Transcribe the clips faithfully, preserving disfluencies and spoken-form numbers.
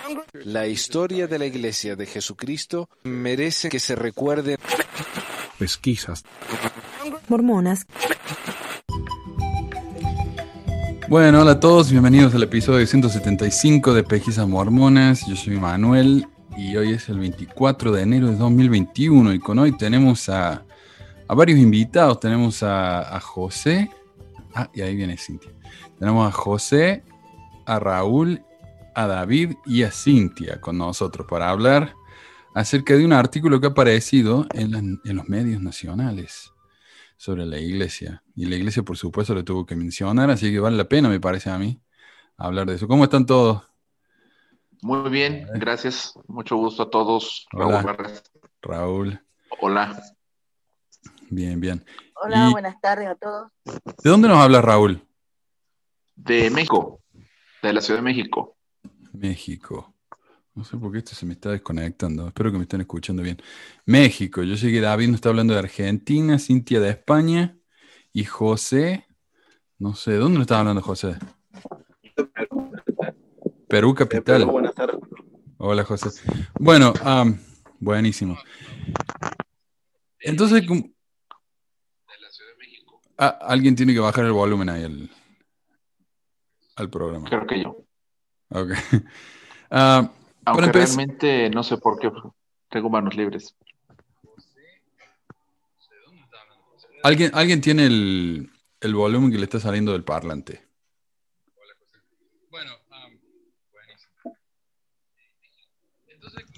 La historia de la Iglesia de Jesucristo merece que se recuerde. Pesquisas. Mormonas. Bueno, hola a todos, bienvenidos al episodio ciento setenta y cinco de Pesquisas Mormonas. Yo soy Manuel y hoy es el veinticuatro de enero de dos mil veintiuno y con hoy tenemos a, a varios invitados. Tenemos a, a José, ah, y ahí viene Cintia. Tenemos a José, a Raúl, a David y a Cintia con nosotros para hablar acerca de un artículo que ha aparecido en, la, en los medios nacionales sobre la iglesia. Y la iglesia, por supuesto, lo tuvo que mencionar, así que vale la pena, me parece a mí, hablar de eso. ¿Cómo están todos? Muy bien, gracias. Mucho gusto a todos. Hola, Raúl. Raúl. Hola. Bien, bien. Hola, Y, buenas tardes a todos. ¿de dónde nos habla Raúl? De México, de la Ciudad de México. México. No sé por qué esto se me está desconectando. Espero que me estén escuchando bien. México. Yo sé que David nos está hablando de Argentina, Cintia de España y José. No sé, ¿dónde nos está hablando José? Perú capital. Perú, buenas tardes. Hola José. Bueno, um, buenísimo. Entonces, ah, alguien tiene que bajar el volumen ahí al, al programa. Creo que yo. Ok. Uh, Aunque empezar, realmente no sé por qué tengo manos libres. ¿Alguien, alguien tiene el, el volumen que le está saliendo del parlante? Bueno, um, buenísimo. Entonces,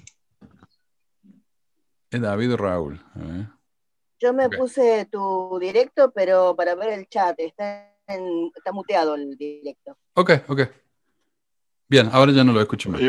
es David o Raúl. A ver. Yo me Okay. puse tu directo, pero para ver el chat, está, en, está muteado el directo. Ok, ok. Bien, ahora ya no lo escucho más.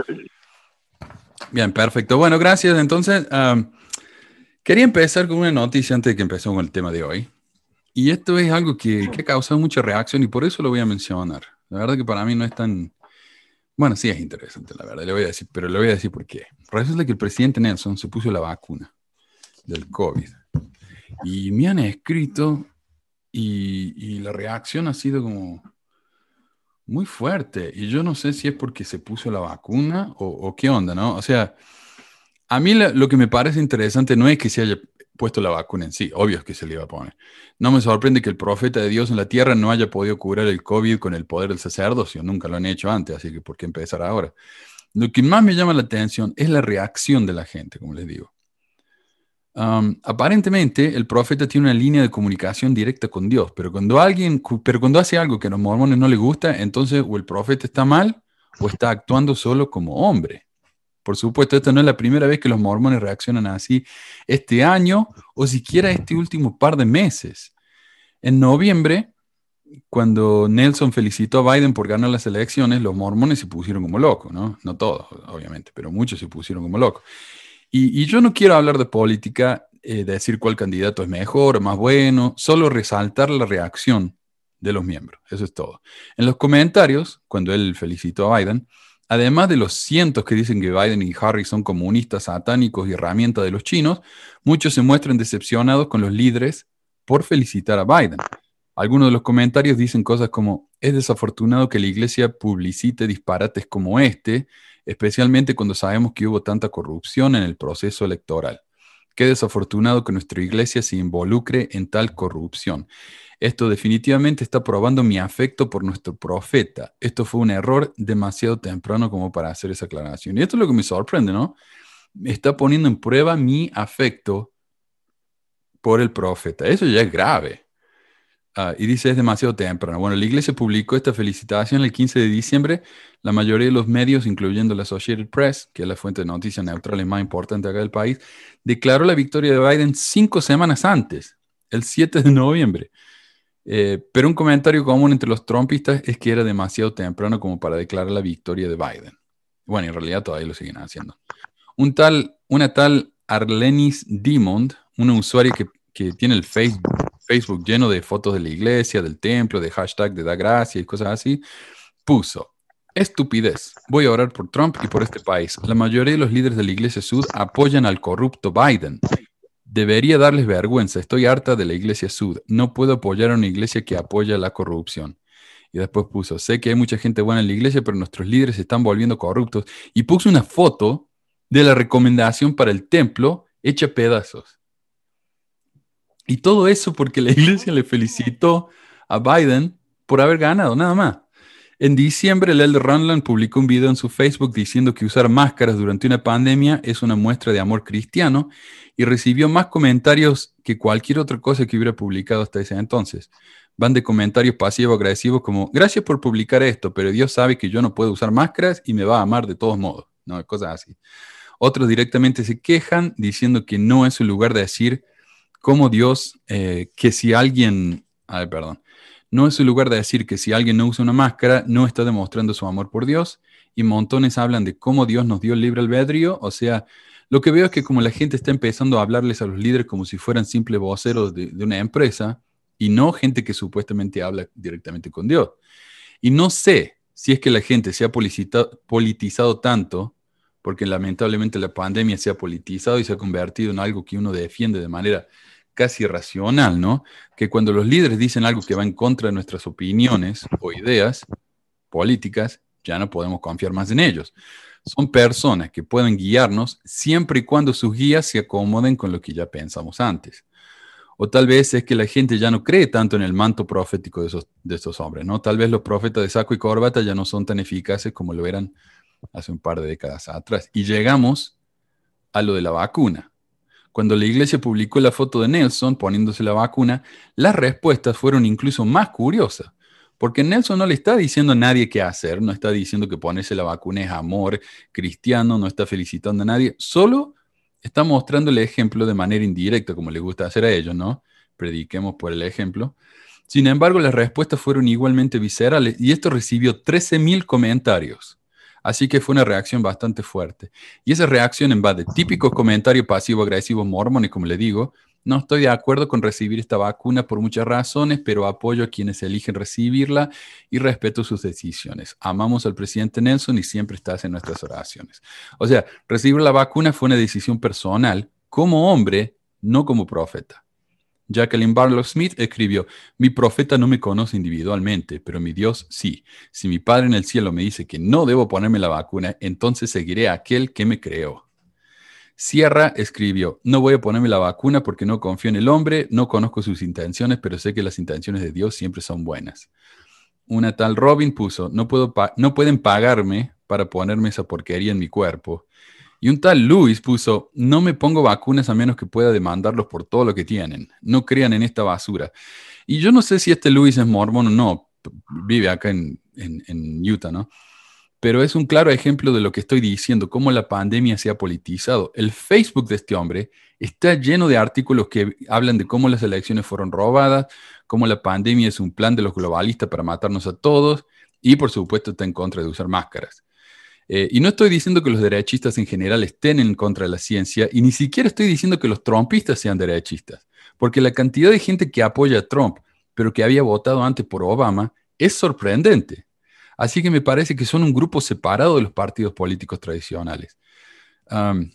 Bien, perfecto. Bueno, gracias. Entonces, um, quería empezar con una noticia antes de que empecemos con el tema de hoy. Y esto es algo que, que ha causado mucha reacción y por eso lo voy a mencionar. La verdad que para mí no es tan... Bueno, sí es interesante, la verdad. Le voy a decir, pero le voy a decir por qué. Resulta que el presidente Nelson se puso la vacuna del COVID. Y me han escrito y, y la reacción ha sido como muy fuerte. Y yo no sé si es porque se puso la vacuna o, o qué onda, ¿no? O sea, a mí la, lo que me parece interesante no es que se haya puesto la vacuna en sí, obvio es que se le iba a poner. No me sorprende que el profeta de Dios en la tierra no haya podido curar el COVID con el poder del sacerdocio, nunca lo han hecho antes, así que ¿por qué empezar ahora? Lo que más me llama la atención es la reacción de la gente, como les digo. Um, aparentemente el profeta tiene una línea de comunicación directa con Dios, pero cuando alguien, pero cuando hace algo que a los mormones no les gusta, entonces o el profeta está mal o está actuando solo como hombre. Por supuesto, esta no es la primera vez que los mormones reaccionan así este año o siquiera este último par de meses. En noviembre, cuando Nelson felicitó a Biden por ganar las elecciones, los mormones se pusieron como locos, ¿no? No todos, obviamente, pero muchos se pusieron como locos. Y, y yo no quiero hablar de política, eh, decir cuál candidato es mejor o más bueno, solo resaltar la reacción de los miembros, eso es todo. En los comentarios, cuando él felicitó a Biden, además de los cientos que dicen que Biden y Harris son comunistas, satánicos y herramienta de los chinos, muchos se muestran decepcionados con los líderes por felicitar a Biden. Algunos de los comentarios dicen cosas como: es desafortunado que la iglesia publicite disparates como este, especialmente cuando sabemos que hubo tanta corrupción en el proceso electoral. Qué desafortunado que nuestra iglesia se involucre en tal corrupción. Esto definitivamente está probando mi afecto por nuestro profeta. Esto fue un error demasiado temprano como para hacer esa aclaración. Y esto es lo que me sorprende, ¿no? Me está poniendo en prueba mi afecto por el profeta. Eso ya es grave. Uh, y dice, es demasiado temprano. Bueno, la iglesia publicó esta felicitación el quince de diciembre. La mayoría de los medios, incluyendo la Associated Press, que es la fuente de noticias neutrales más importante acá del país, declaró la victoria de Biden cinco semanas antes, el siete de noviembre. Eh, pero un comentario común entre los trumpistas es que era demasiado temprano como para declarar la victoria de Biden. Bueno, en realidad todavía lo siguen haciendo. Un tal, una tal Arlenis Dimond, una usuaria que, que tiene el Facebook, Facebook lleno de fotos de la iglesia, del templo, de hashtag de da gracia y cosas así, puso: estupidez, voy a orar por Trump y por este país. La mayoría de los líderes de la iglesia Sud apoyan al corrupto Biden. Debería darles vergüenza, estoy harta de la iglesia Sud. No puedo apoyar a una iglesia que apoya la corrupción. Y después puso, sé que hay mucha gente buena en la iglesia, pero nuestros líderes se están volviendo corruptos. Y puso una foto de la recomendación para el templo hecha pedazos. Y todo eso porque la iglesia le felicitó a Biden por haber ganado, nada más. En diciembre, el elder Runland publicó un video en su Facebook diciendo que usar máscaras durante una pandemia es una muestra de amor cristiano y recibió más comentarios que cualquier otra cosa que hubiera publicado hasta ese entonces. Van de comentarios pasivo-agresivos como, gracias por publicar esto, pero Dios sabe que yo no puedo usar máscaras y me va a amar de todos modos. No, cosas así. Otros directamente se quejan diciendo que no es su lugar de decir cómo Dios, eh, que si alguien, ay, perdón, no es su lugar de decir que si alguien no usa una máscara, no está demostrando su amor por Dios. Y montones hablan de cómo Dios nos dio el libre albedrío. O sea, lo que veo es que como la gente está empezando a hablarles a los líderes como si fueran simples voceros de, de una empresa y no gente que supuestamente habla directamente con Dios. Y no sé si es que la gente se ha politizado, politizado tanto, porque lamentablemente la pandemia se ha politizado y se ha convertido en algo que uno defiende de manera casi racional, ¿no? Que cuando los líderes dicen algo que va en contra de nuestras opiniones o ideas políticas, ya no podemos confiar más en ellos. Son personas que pueden guiarnos siempre y cuando sus guías se acomoden con lo que ya pensamos antes. O tal vez es que la gente ya no cree tanto en el manto profético de, esos, de estos hombres, ¿no? Tal vez los profetas de saco y corbata ya no son tan eficaces como lo eran hace un par de décadas atrás. Y llegamos a lo de la vacuna. Cuando la iglesia publicó la foto de Nelson poniéndose la vacuna, las respuestas fueron incluso más curiosas, porque Nelson no le está diciendo a nadie qué hacer, no está diciendo que ponerse la vacuna es amor cristiano, no está felicitando a nadie, solo está mostrando el ejemplo de manera indirecta, como le gusta hacer a ellos, ¿no? Prediquemos por el ejemplo. Sin embargo, las respuestas fueron igualmente viscerales y esto recibió trece mil comentarios. Así que fue una reacción bastante fuerte. Y esa reacción en base de típicos comentarios pasivo-agresivos mormones, como le digo, no estoy de acuerdo con recibir esta vacuna por muchas razones, pero apoyo a quienes eligen recibirla y respeto sus decisiones. Amamos al presidente Nelson y siempre estás en nuestras oraciones. O sea, recibir la vacuna fue una decisión personal como hombre, no como profeta. Jacqueline Barlow Smith escribió, mi profeta no me conoce individualmente, pero mi Dios sí. Si mi Padre en el cielo me dice que no debo ponerme la vacuna, entonces seguiré a aquel que me creó. Sierra escribió, no voy a ponerme la vacuna porque no confío en el hombre, no conozco sus intenciones, pero sé que las intenciones de Dios siempre son buenas. Una tal Robin puso, no, puedo pa- no pueden pagarme para ponerme esa porquería en mi cuerpo. Y un tal Luis puso, no me pongo vacunas a menos que pueda demandarlos por todo lo que tienen. No crean en esta basura. Y yo no sé si este Luis es mormón o no. Vive acá en, en, en Utah, ¿no? Pero es un claro ejemplo de lo que estoy diciendo, cómo la pandemia se ha politizado. El Facebook de este hombre está lleno de artículos que hablan de cómo las elecciones fueron robadas, cómo la pandemia es un plan de los globalistas para matarnos a todos y, por supuesto, está en contra de usar máscaras. Eh, y no estoy diciendo que los derechistas en general estén en contra de la ciencia y ni siquiera estoy diciendo que los trumpistas sean derechistas, porque la cantidad de gente que apoya a Trump, pero que había votado antes por Obama, es sorprendente. Así que me parece que son un grupo separado de los partidos políticos tradicionales. Um,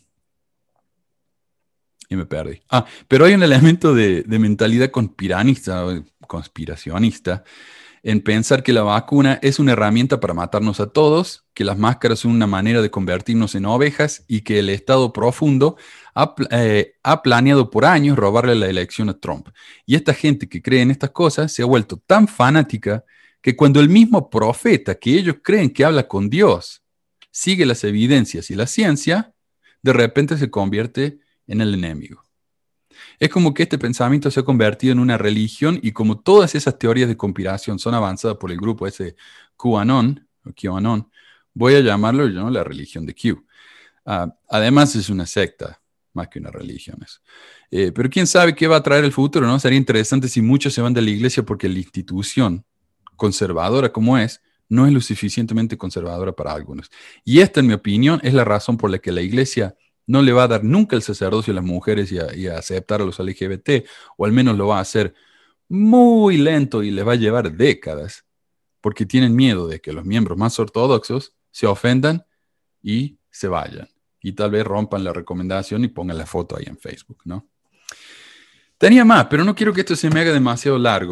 y me perdí. Ah, pero hay un elemento de, de mentalidad conspiranista, conspiracionista, en pensar que la vacuna es una herramienta para matarnos a todos, que las máscaras son una manera de convertirnos en ovejas y que el Estado profundo ha, eh, ha planeado por años robarle la elección a Trump. Y esta gente que cree en estas cosas se ha vuelto tan fanática que cuando el mismo profeta que ellos creen que habla con Dios sigue las evidencias y la ciencia, de repente se convierte en el enemigo. Es como que este pensamiento se ha convertido en una religión y como todas esas teorías de conspiración son avanzadas por el grupo ese QAnon, o QAnon, voy a llamarlo yo la religión de Q. Uh, además es una secta, más que una religión. Eh, pero quién sabe qué va a traer el futuro, ¿no? Sería interesante si muchos se van de la iglesia porque la institución, conservadora como es, no es lo suficientemente conservadora para algunos. Y esta, en mi opinión, es la razón por la que la iglesia no le va a dar nunca el sacerdocio a las mujeres y a, y a aceptar a los L G B T, o al menos lo va a hacer muy lento y les va a llevar décadas, porque tienen miedo de que los miembros más ortodoxos se ofendan y se vayan. Y tal vez rompan la recomendación y pongan la foto ahí en Facebook, ¿no? Tenía más, pero no quiero que esto se me haga demasiado largo.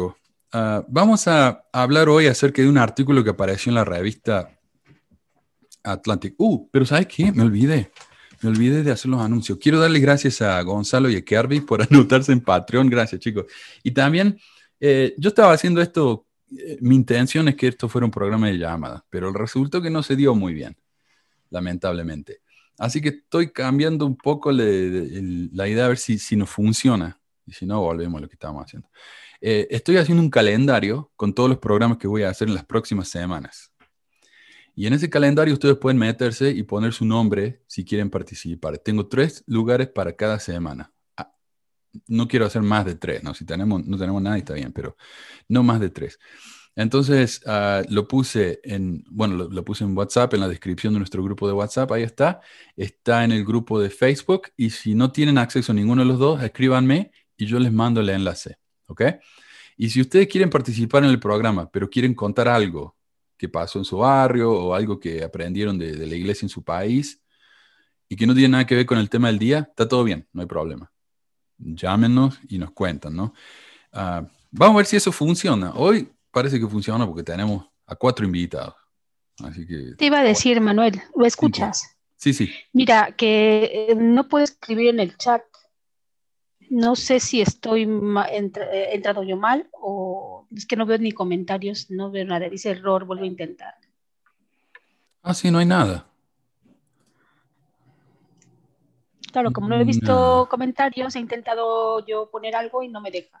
uh, vamos a hablar hoy acerca de un artículo que apareció en la revista Atlantic. Uh, pero ¿sabes qué? Me olvidé. Me olvidé de hacer los anuncios. Quiero darle gracias a Gonzalo y a Kirby por anotarse en Patreon. Gracias, chicos. Y también, eh, yo estaba haciendo esto, eh, mi intención es que esto fuera un programa de llamadas, pero resultó que no se dio muy bien, lamentablemente. Así que estoy cambiando un poco le, le, la idea a ver si, si nos funciona. Y si no, volvemos a lo que estábamos haciendo. Eh, estoy haciendo un calendario con todos los programas que voy a hacer en las próximas semanas. Y en ese calendario ustedes pueden meterse y poner su nombre si quieren participar. Tengo tres lugares para cada semana. Ah, no quiero hacer más de tres, ¿no? Si tenemos, no tenemos nada, está bien, pero no más de tres. Entonces, uh, lo puse en, bueno, lo, lo puse en WhatsApp, en la descripción de nuestro grupo de WhatsApp, ahí está. Está en el grupo de Facebook y si no tienen acceso a ninguno de los dos, escríbanme y yo les mando el enlace, ¿ok? Y si ustedes quieren participar en el programa, pero quieren contar algo que pasó en su barrio o algo que aprendieron de, de la iglesia en su país y que no tiene nada que ver con el tema del día, está todo bien, no hay problema. Llámenos y nos cuentan, ¿no? Uh, vamos a ver si eso funciona. Hoy parece que funciona porque tenemos a cuatro invitados. Así que... Te iba a decir, Manuel, ¿lo escuchas? Sí, sí. Mira, que eh, no puedo escribir en el chat. No sé si estoy ma- entra- eh, entrado yo mal o es que no veo ni comentarios, no veo nada. Dice error, vuelvo a intentar. Ah, sí, no hay nada. Claro, como no he visto No. comentarios, he intentado yo poner algo y no me deja.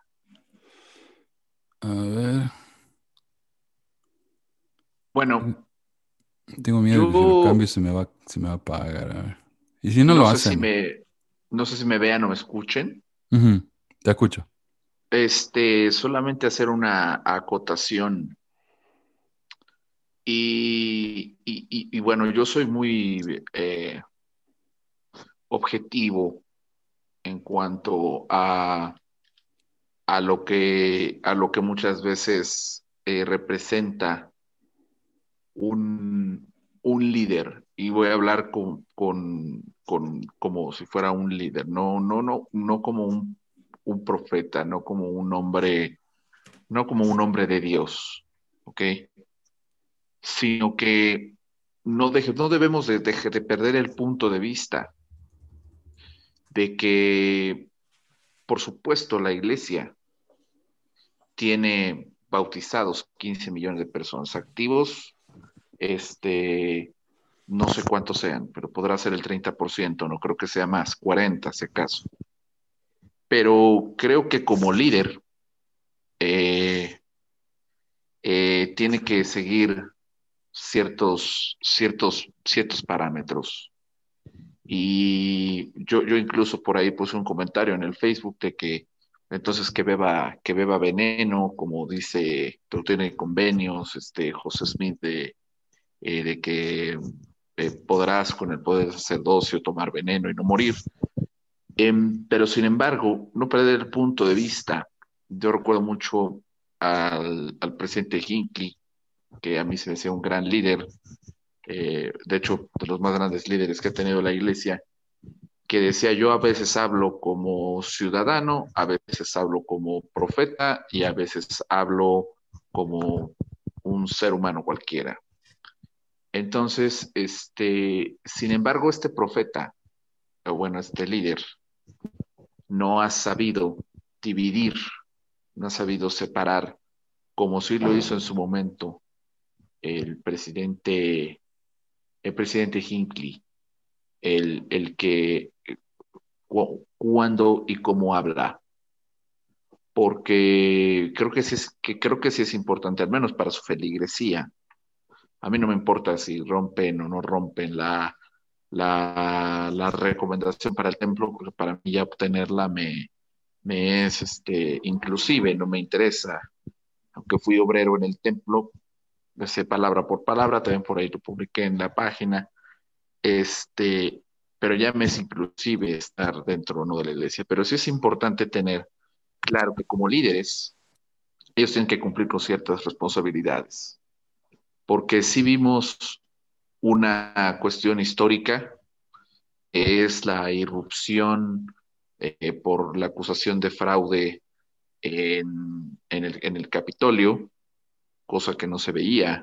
A ver. Bueno, Tengo miedo de que si lo yo cambio se me va, se me va a apagar. A ver. ¿Y si no no lo sé si hacen? me, no sé si me vean o me escuchen. Ujú, te escucho. Este, solamente hacer una acotación. Y, y- y- y bueno, yo soy muy eh, objetivo en cuanto a, a lo que, a lo que muchas veces eh, representa un, un líder. Y voy a hablar con, con, con- como si fuera un líder, no, no, no, no como un, un profeta, no como un hombre, no como un hombre de Dios, ¿ok? Sino que no, deje- no debemos de, de- de perder el punto de vista de que, por supuesto, la iglesia tiene bautizados quince millones de personas activos, este, no sé cuántos sean, pero podrá ser el treinta por ciento, no creo que sea más, cuarenta si acaso. Pero creo que como líder eh, eh, tiene que seguir ciertos, ciertos, ciertos parámetros. Y yo, yo incluso por ahí puse un comentario en el Facebook de que entonces que beba, que beba veneno, como dice Doctrina y Convenios, este José Smith, de, eh, de que eh, podrás con el poder del sacerdocio tomar veneno y no morir. Em, pero sin embargo, no perder el punto de vista. Yo recuerdo mucho al, al presidente Hinckley, que a mí se me hacía un gran líder, eh, de hecho, de los más grandes líderes que ha tenido la iglesia, que decía: yo a veces hablo como ciudadano, a veces hablo como profeta y a veces hablo como un ser humano cualquiera. Entonces, este, sin embargo, este profeta, o bueno, este líder, no ha sabido dividir, no ha sabido separar, como sí lo hizo en su momento el presidente, el presidente Hinckley, el, el que cu- cuándo y cómo habla, porque creo que sí es, que creo que sí es importante, al menos para su feligresía. A mí no me importa si rompen o no rompen la, la, la recomendación para el templo, porque para mí ya obtenerla me, me es este, inclusive, no me interesa. Aunque fui obrero en el templo, lo sé palabra por palabra, también por ahí lo publiqué en la página, este, pero ya me es inclusive estar dentro o no de la iglesia. Pero sí es importante tener claro que como líderes, ellos tienen que cumplir con ciertas responsabilidades, porque si vimos una cuestión histórica, es la irrupción eh, por la acusación de fraude en, en el, en el Capitolio, cosa que no se veía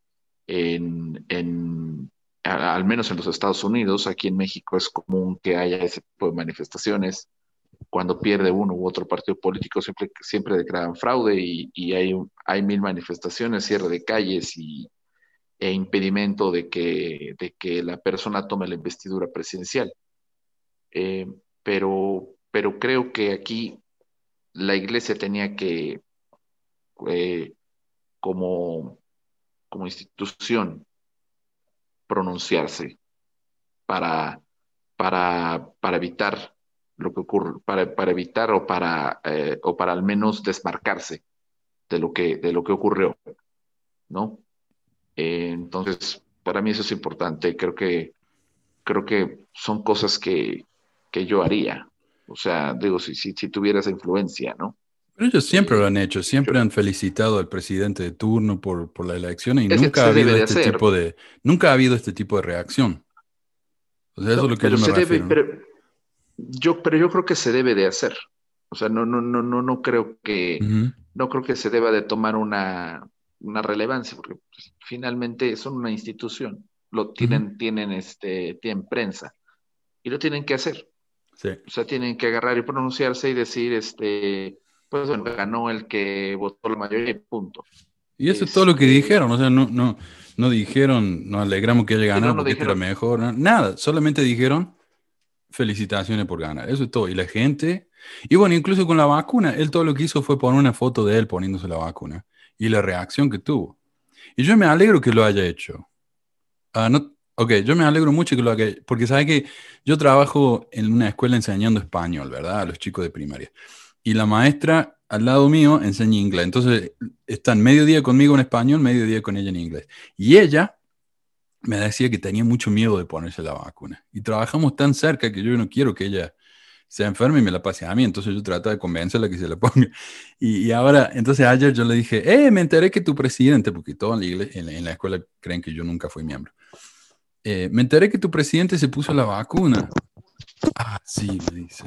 en, en a- al menos en los Estados Unidos. Aquí en México es común que haya ese tipo de manifestaciones. Cuando pierde uno u otro partido político, siempre, siempre declaran fraude y, y hay, un- hay mil manifestaciones, cierre de calles y, e impedimento de que, de que la persona tome la investidura presidencial. Eh, pero, pero creo que aquí la iglesia tenía que, eh, como, como institución, pronunciarse para, para, para evitar lo que ocurre, para, para evitar o para, eh, o para al menos desmarcarse de lo que, de lo que ocurrió, ¿no? Eh, entonces, para mí eso es importante. Creo que, creo que son cosas que, que yo haría. O sea, digo, si, si, si tuviera esa influencia, ¿no? Pero ellos siempre lo Eh, han hecho, yo, siempre han felicitado al presidente de turno por, por la elección y es que nunca ha se debe habido de este hacer, tipo de, nunca ha habido este tipo de reacción. O sea, eso es no, lo que yo pero me se debe, refiero, ¿no? pero yo, pero yo creo que se debe de hacer. O sea, no, no, no, no, no creo que, Ujú, no creo que se deba de tomar una, una relevancia, porque pues, finalmente son una institución, lo ujú. tienen, tienen, este, tienen prensa y lo tienen que hacer. Sí. O sea, tienen que agarrar y pronunciarse y decir, este, pues bueno, ganó el que votó la mayoría, y punto. Y eso es todo lo que Este, dijeron, o sea, no, no, no dijeron, nos alegramos que haya si no, ganado no porque este era dijeron, mejor, no, nada, solamente dijeron felicitaciones por ganar, eso es todo. Y la gente, y bueno, incluso con la vacuna, él todo lo que hizo fue poner una foto de él poniéndose la vacuna y la reacción que tuvo. Y yo me alegro que lo haya hecho. Ah, no, ok, yo me alegro mucho que lo haga, porque sabe que yo trabajo en una escuela enseñando español, ¿verdad? A los chicos de primaria. Y la maestra al lado mío enseña inglés. Entonces, están medio día conmigo en español, medio día con ella en inglés. Y ella me decía que tenía mucho miedo de ponerse la vacuna. Y trabajamos tan cerca que yo no quiero que ella se enferme y me la pase a mí. Entonces yo trato de convencerla que se la ponga. Y, y ahora, entonces ayer yo le dije, eh, me enteré que tu presidente, porque todos en la, igle- en la, en la escuela creen que yo nunca fui miembro. Eh, me enteré que tu presidente se puso la vacuna. Ah, sí, me dice.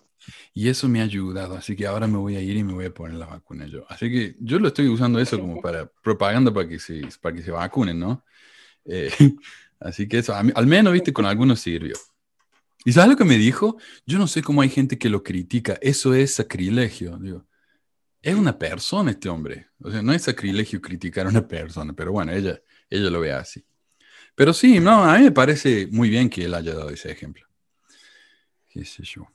Y eso me ha ayudado, así que ahora me voy a ir y me voy a poner la vacuna yo. Así que yo lo estoy usando eso como para propaganda para que se, para que se vacunen, ¿no? Eh, así que eso, a mí- al menos, viste, con algunos sirvió. ¿Y sabes lo que me dijo? Yo no sé cómo hay gente que lo critica. Eso es sacrilegio. Digo, es una persona este hombre. O sea, no es sacrilegio criticar a una persona, pero bueno, ella, ella lo ve así. Pero sí, no, a mí me parece muy bien que él haya dado ese ejemplo. ¿Qué sé yo?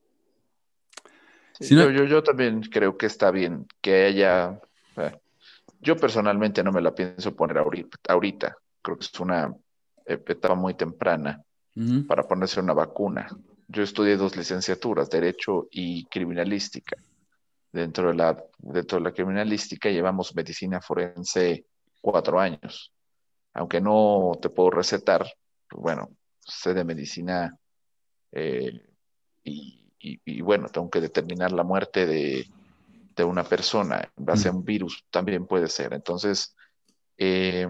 sí, Si no, yo, yo, yo también creo que está bien que haya, eh, yo personalmente no me la pienso poner ahorita, ahorita. Creo que es una eh, etapa muy temprana ujú, para ponerse una vacuna. Yo estudié dos licenciaturas, Derecho y Criminalística. Dentro de la, dentro de la criminalística llevamos medicina forense cuatro años. Aunque no te puedo recetar, pues bueno, sé de medicina eh, y, y- y bueno, tengo que determinar la muerte de, de una persona en base a ujú, un virus, también puede ser. Entonces, eh,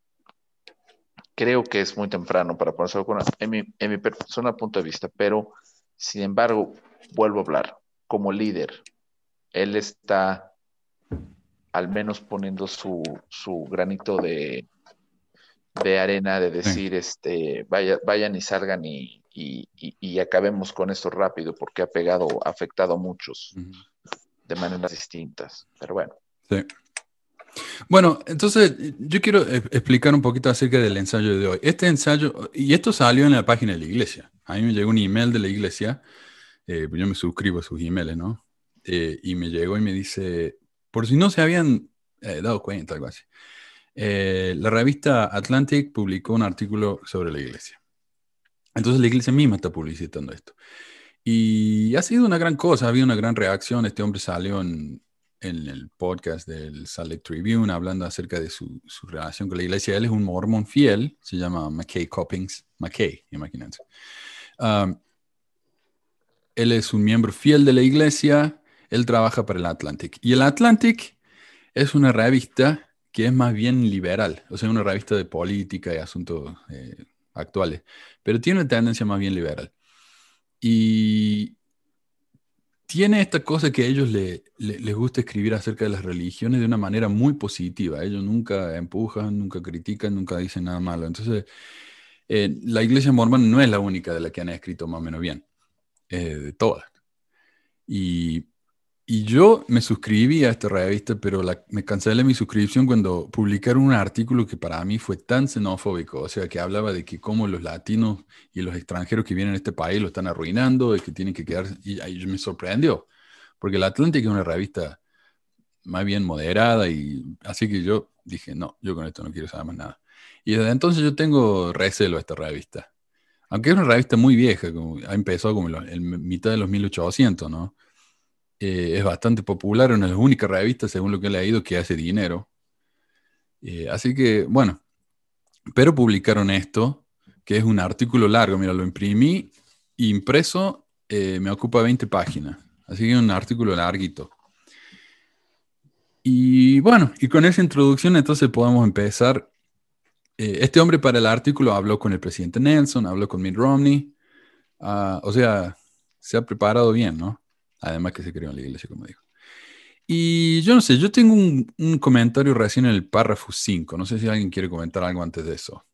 creo que es muy temprano para ponerse vacuna, en mi, en mi personal punto de vista, pero sin embargo, vuelvo a hablar como líder. Él está al menos poniendo su, su granito de, de arena, de sí, decir, este, vaya, vayan y salgan y, y, y, y acabemos con esto rápido, porque ha pegado, ha afectado a muchos ujú, de maneras distintas. Pero bueno, sí. Bueno, entonces yo quiero eh, explicar un poquito acerca del ensayo de hoy. Este ensayo, y esto salió en la página de la iglesia. A mí me llegó un email de la iglesia, eh, yo me suscribo a sus emails, ¿no? Eh, y me llegó y me dice, por si no se habían eh, dado cuenta, algo así. Eh, la revista Atlantic publicó un artículo sobre la iglesia. Entonces la iglesia misma está publicitando esto. Y ha sido una gran cosa, ha habido una gran reacción. Este hombre salió en, en el podcast del Salt Lake Tribune hablando acerca de su, su relación con la iglesia. Él es un mormón fiel, se llama McKay Coppings. McKay, imagínense. Um, él es un miembro fiel de la iglesia, él trabaja para el Atlantic. Y el Atlantic es una revista que es más bien liberal, o sea, una revista de política y asuntos eh, actuales, pero tiene una tendencia más bien liberal. Y tiene esta cosa que a ellos le, le- les gusta escribir acerca de las religiones de una manera muy positiva. Ellos nunca empujan, nunca critican, nunca dicen nada malo. Entonces, eh, la iglesia mormona no es la única de la que han escrito más o menos bien, eh, de todas. Y, y yo me suscribí a esta revista, pero la- me cancelé mi suscripción cuando publicaron un artículo que para mí fue tan xenofóbico, o sea, que hablaba de que cómo los latinos y los extranjeros que vienen a este país lo están arruinando, de que tienen que quedarse, y ahí me sorprendió, porque el Atlantic es una revista más bien moderada, y así que yo dije, no, yo con esto no quiero saber más nada. Y desde entonces yo tengo recelo a esta revista. Aunque es una revista muy vieja, como, ha empezado como en la- en mitad de los mil ochocientos, ¿no? Eh, es bastante popular, una de las únicas revistas, según lo que he leído, que hace dinero. Eh, así que, bueno, pero publicaron esto, que es un artículo largo. Mira, lo imprimí, impreso, eh, me ocupa veinte páginas. Así que es un artículo larguito. Y bueno, y con esa introducción entonces podemos empezar. Eh, este hombre para el artículo habló con el presidente Nelson, habló con Mitt Romney. Ah, o sea, se ha preparado bien, ¿no? Además que se creó en la iglesia, como digo. Y yo no sé, yo tengo un, un comentario recién en el párrafo cinco. No sé si alguien quiere comentar algo antes de eso.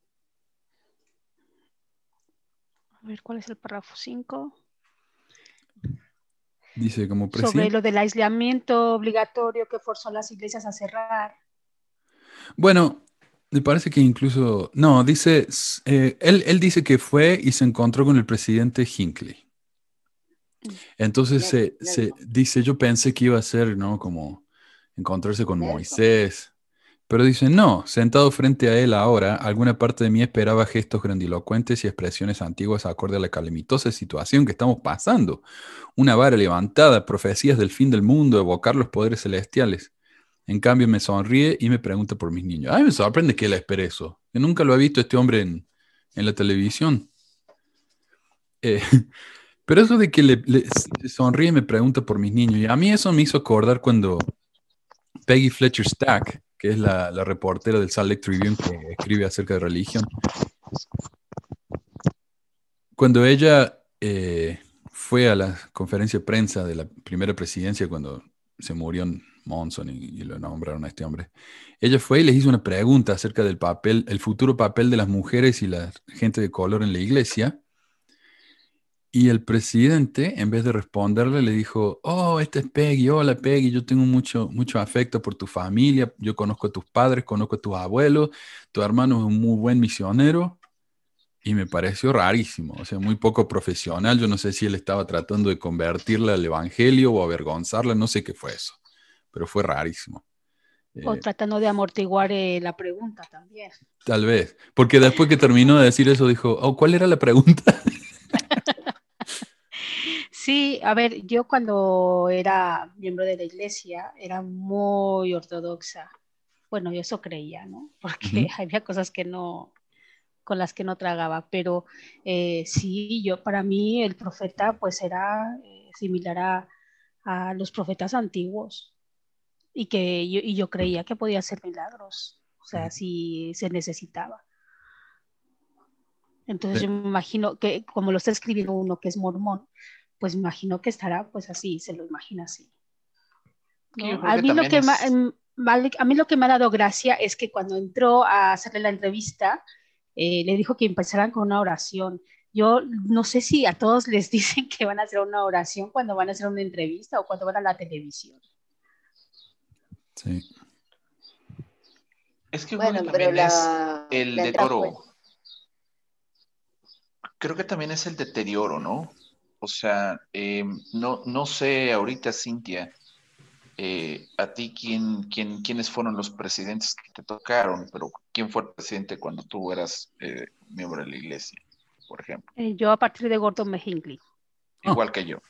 A ver, ¿cuál es el párrafo cinco? Dice como Sobre presidente. lo del aislamiento obligatorio que forzó a las iglesias a cerrar. Bueno, me parece que incluso. No, dice. s- eh, él, él dice que fue y se encontró con el presidente Hinckley. Entonces se, Nel- se Nelson, dice, yo pensé que iba a ser, ¿no? Como encontrarse con Nelson. Moisés. Pero dice, no, sentado frente a él ahora, alguna parte de mí esperaba gestos grandilocuentes y expresiones antiguas acorde a la calamitosa situación que estamos pasando. Una vara levantada, profecías del fin del mundo, evocar los poderes celestiales. En cambio me sonríe y me pregunta por mis niños. Ay, me sorprende que él espere eso. Que nunca lo ha visto este hombre en, en la televisión. Eh, pero eso de que le, le- se sonríe y me pregunta por mis niños. Y a mí eso me hizo acordar cuando Peggy Fletcher Stack, que es la, la reportera del Salt Lake Tribune que escribe acerca de religión, cuando ella eh, fue a la conferencia de prensa de la primera presidencia, cuando se murió Monson y, y lo nombraron a este hombre, ella fue y les hizo una pregunta acerca del papel, el futuro papel de las mujeres y la gente de color en la iglesia. Y el presidente, en vez de responderle, le dijo, oh, esta es Peggy, hola Peggy, yo tengo mucho, mucho afecto por tu familia, yo conozco a tus padres, conozco a tus abuelos, tu hermano es un muy buen misionero, y me pareció rarísimo, o sea, muy poco profesional. Yo no sé si él estaba tratando de convertirla al evangelio o avergonzarla, no sé qué fue eso, pero fue rarísimo. O Eh, tratando de amortiguar eh, la pregunta también. Tal vez, porque después que terminó de decir eso, dijo, oh, ¿cuál era la pregunta? Sí, a ver, yo cuando era miembro de la iglesia era muy ortodoxa. Bueno, yo eso creía, ¿no? Porque Ujú. había cosas que no, con las que no tragaba, pero eh, sí, yo para mí el profeta pues era eh, similar a, a los profetas antiguos y que yo, y yo creía que podía hacer milagros, o sea, si se necesitaba. Entonces Sí. yo me imagino que como lo está escribiendo uno que es mormón, pues me imagino que estará pues así, se lo imagina así, Que yo ¿no? creo A que mí lo también que ma- es, em, vale- a mí lo que me ha dado gracia es que cuando entró a hacerle la entrevista, eh, le dijo que empezaran con una oración. Yo no sé si a todos les dicen que van a hacer una oración cuando van a hacer una entrevista o cuando van a la televisión. Sí. es que yo creo que Bueno, pero también es la, el la entrada fue. deterioro. Creo que también es el deterioro, ¿no? O sea, eh, no, no sé ahorita, Cintia, eh, a ti quién, quién, quiénes fueron los presidentes que te tocaron, pero quién fue el presidente cuando tú eras eh, miembro de la iglesia, por ejemplo, Eh, yo a partir de Gordon B. Hinckley. Oh, igual que yo.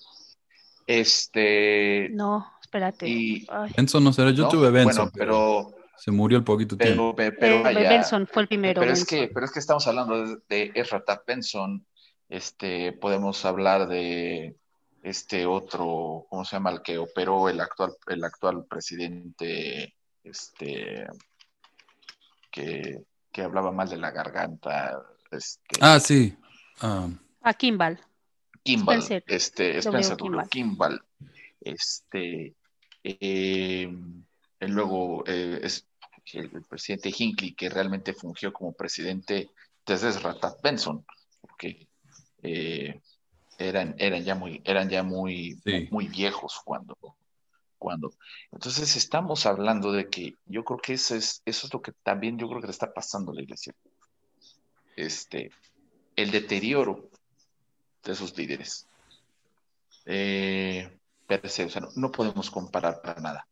Este, No, espérate. y, Ay, Benson no será, yo ¿no? tuve Benson, Bueno, pero pero, se murió al poquito tiempo. pero, pe- pero eh, vaya, Benson fue el pe- primero, pero es que, Benson. pero es que estamos hablando de, de Ezra Taft Benson, este, podemos hablar de este otro, ¿cómo se llama? El que operó el actual, el actual presidente, este, que, que hablaba mal de la garganta, este, Ah, sí. Ah, A Kimball. Kimball, Spencer, este, Spencer W. W. Kimball, este, eh, y luego eh, es el, el presidente Hinckley, que realmente fungió como presidente desde Ratat Benson, porque eh, eran, eran ya muy, eran ya muy, muy, Sí. muy viejos cuando, cuando. Entonces estamos hablando de que yo creo que eso es, eso es lo que también yo creo que le está pasando a la iglesia. Este, el deterioro de sus líderes. Eh, per se, o sea, no, no podemos comparar para nada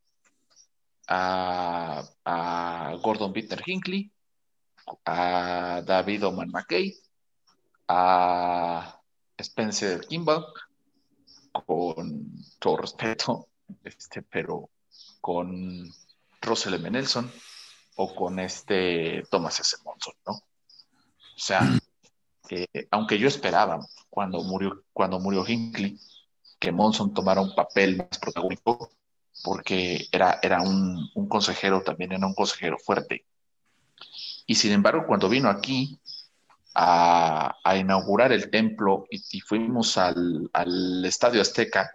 a, a Gordon Bittner Hinckley, a David Oman McKay, a Spencer Kimball, con todo respeto, este, pero con Russell M. Nelson o con este Thomas S. Monson, ¿no? O sea, eh, aunque yo esperaba cuando murió, cuando murió Hinckley que Monson tomara un papel más protagónico, porque era, era un, un consejero, también era un consejero fuerte. Y sin embargo, cuando vino aquí a, a inaugurar el templo y, y fuimos al, al Estadio Azteca,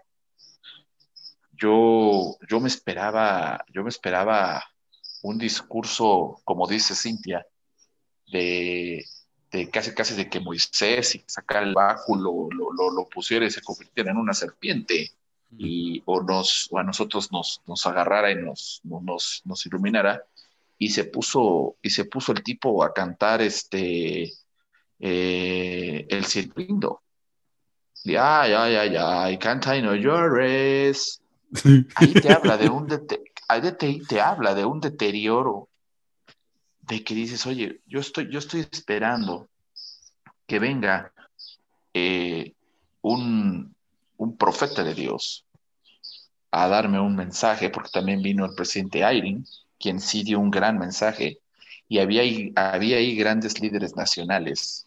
yo, yo me esperaba, yo me esperaba un discurso, como dice Cintia, de, de casi casi de que Moisés y sacar el báculo lo, lo, lo pusiera y se convirtiera en una serpiente y o nos o a nosotros nos, nos agarrara y nos, nos, nos iluminara y se puso y se puso el tipo a cantar este eh, el silbindo de ay ay ay ay canta y no llores. Ahí te habla de un dete- ahí te, te habla de un deterioro de que dices, oye, yo estoy, yo estoy esperando que venga eh, un, un profeta de Dios a darme un mensaje, porque también vino el presidente Ayrin, quien sí dio un gran mensaje, y había ahí, había ahí grandes líderes nacionales.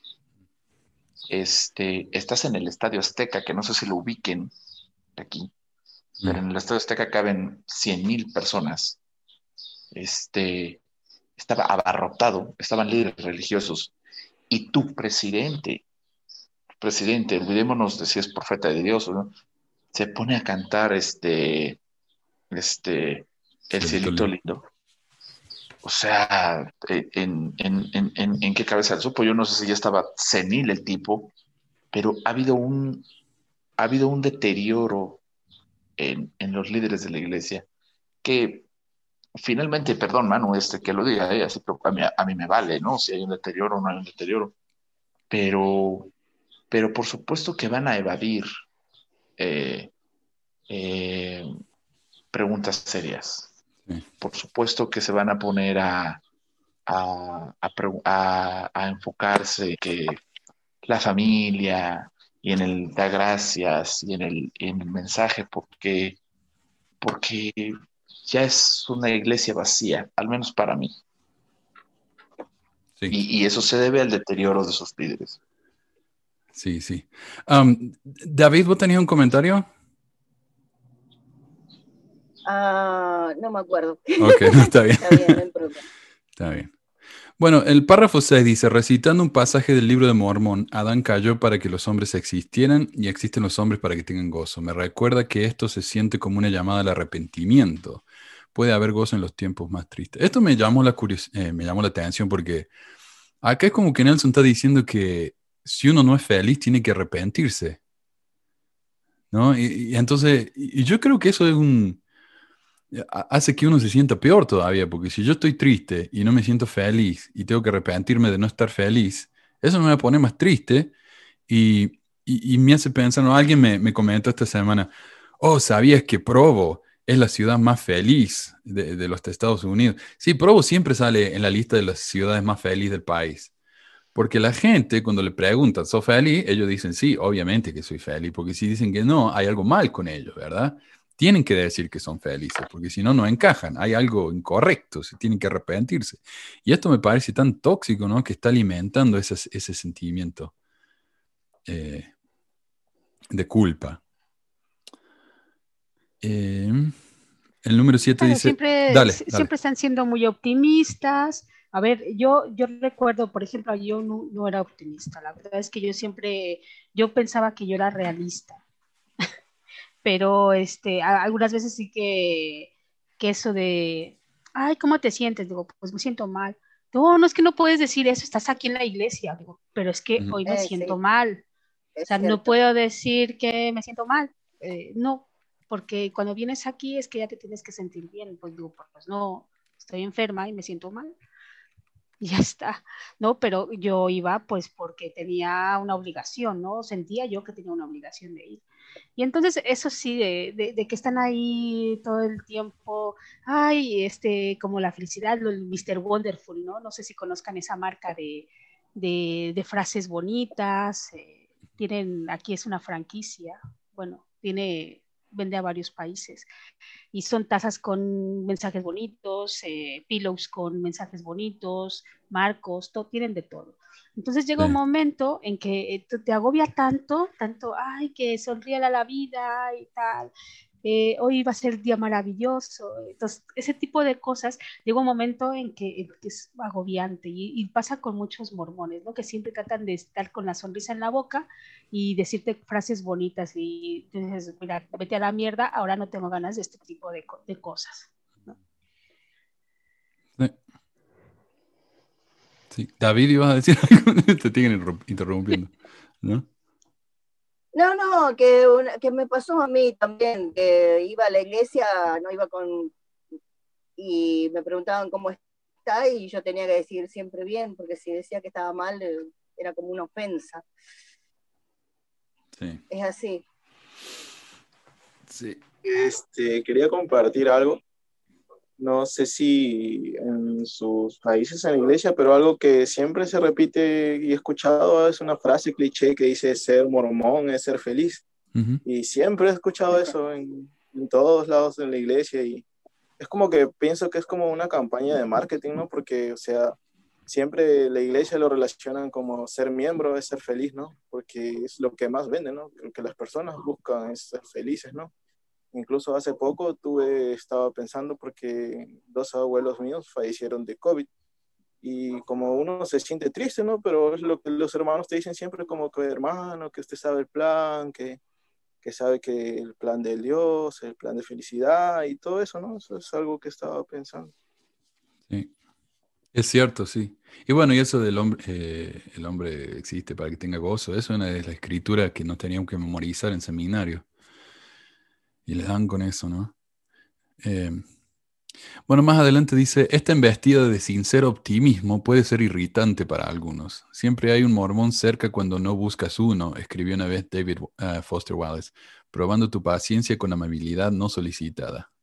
Este, estás en el Estadio Azteca, que no sé si lo ubiquen aquí, pero en el Estadio Azteca caben cien mil personas. Este, estaba abarrotado, estaban líderes religiosos, y tu presidente, presidente, olvidémonos de si es profeta de Dios o no, se pone a cantar este, este, El Cielito cielito lindo. lindo. O sea, ¿en, en, en, en, en qué cabeza le supo? Yo no sé si ya estaba senil el tipo, pero ha habido un, ha habido un deterioro en, en los líderes de la iglesia que finalmente, perdón, Manu, este, que lo diga, eh, así, pero a mí, a mí me vale, ¿no? Si hay un deterioro o no hay un deterioro, pero, pero por supuesto que van a evadir eh, eh, preguntas serias. Sí. Por supuesto que se van a poner a, a, a, a, a enfocarse que la familia y en el da gracias y en el, en el mensaje, porque, porque ya es una iglesia vacía, al menos para mí. Sí. Y, y eso se debe al deterioro de sus líderes. Sí, sí. Um, David, ¿vos tenías un comentario? Ah, no me acuerdo. Ok, no, está bien. Está bien, no hay problema. Está bien. Bueno, el párrafo seis dice, recitando un pasaje del libro de Mormón, Adán cayó para que los hombres existieran y existen los hombres para que tengan gozo. Me recuerda que esto se siente como una llamada al arrepentimiento. Puede haber gozo en los tiempos más tristes. Esto me llamó la curios- eh, me llamó la atención porque acá es como que Nelson está diciendo que si uno no es feliz, tiene que arrepentirse, ¿no? Y, y entonces, y yo creo que eso es un hace que uno se sienta peor todavía, porque si yo estoy triste y no me siento feliz y tengo que arrepentirme de no estar feliz, eso me va a poner más triste y, y, y me hace pensar, ¿no? Alguien me, me comentó esta semana, oh, ¿sabías que Provo es la ciudad más feliz de, de los Estados Unidos? Sí, Provo siempre sale en la lista de las ciudades más felices del país. Porque la gente, cuando le preguntan, ¿sos feliz? Ellos dicen, sí, obviamente que soy feliz, porque si dicen que no, hay algo mal con ellos, ¿verdad? Tienen que decir que son felices, porque si no, no encajan, hay algo incorrecto, se tienen que arrepentirse. Y esto me parece tan tóxico, ¿no? Que está alimentando ese, ese sentimiento eh, de culpa. Eh, el número siete Claro, dice, siempre, dale, si- dale. siempre están siendo muy optimistas, A ver, yo, yo recuerdo, por ejemplo, yo no, no era optimista. La verdad es que yo siempre, yo pensaba que yo era realista, pero este, a- algunas veces sí que, que eso de, ay, ¿cómo te sientes? Digo, pues me siento mal. No, no es que no puedes decir eso, estás aquí en la iglesia. Digo, pero es que Ujú. hoy me Eh, siento sí, mal. O es sea, no cierto. puedo decir que me siento mal. Eh, no, porque cuando vienes aquí es que ya te tienes que sentir bien. Pues digo, pues no, estoy enferma y me siento mal. Y ya está, ¿no? Pero yo iba pues porque tenía una obligación, ¿no? Sentía yo que tenía una obligación de ir. Y entonces eso sí, de, de, de que están ahí todo el tiempo, ay, este, como la felicidad, lo- el míster Wonderful, ¿no? No sé si conozcan esa marca de, de, de frases bonitas, eh, tienen, aquí es una franquicia, bueno, tiene, vende a varios países y son tazas con mensajes bonitos, eh, pillows con mensajes bonitos, marcos, todo, tienen de todo. Entonces llega un Sí. momento en que eh, te, te agobia tanto, tanto, ay, que sonríe a la vida y tal, eh, hoy va a ser el día maravilloso. Entonces, ese tipo de cosas, llega un momento en que, en que es agobiante y, y, pasa con muchos mormones, ¿no? Que siempre tratan de estar con la sonrisa en la boca y decirte frases bonitas y dices, mira, vete a la mierda, ahora no tengo ganas de este tipo de, de cosas, ¿no? Sí. Sí. David, ibas a decir algo, te siguen interrumpiendo, ¿no? No, no, que, una, que me pasó a mí también, que iba a la iglesia, no iba con, y me preguntaban cómo está y yo tenía que decir siempre bien, porque si decía que estaba mal, eh, era como una ofensa. Sí. Es así. Sí. Este, quería compartir algo. No sé si en sus países, en la iglesia, pero algo que siempre se repite y he escuchado es una frase cliché que dice ser mormón es ser feliz. Uh-huh. Y siempre he escuchado eso en, en todos lados en la iglesia y es como que pienso que es como una campaña de marketing, ¿no? Porque, o sea, siempre la iglesia lo relacionan como ser miembro es ser feliz, ¿no? Porque es lo que más vende, ¿no? Lo que las personas buscan es ser felices, ¿no? Incluso hace poco tuve, estaba pensando porque dos abuelos míos fallecieron de COVID y como uno se siente triste, ¿no? Pero es lo que los hermanos te dicen siempre como que, hermano, que usted sabe el plan, que, que sabe que el plan de Dios, el plan de felicidad y todo eso, ¿no? Eso es algo que estaba pensando. Sí. Es cierto, sí. Y bueno, y eso del hombre, eh, el hombre existe para que tenga gozo, eso es una de las escrituras que nos teníamos que memorizar en seminario. Y les dan con eso, ¿no? Eh, bueno, más adelante dice, esta embestida de sincero optimismo puede ser irritante para algunos. Siempre hay un mormón cerca cuando no buscas uno, escribió una vez David uh, Foster Wallace, probando tu paciencia con amabilidad no solicitada.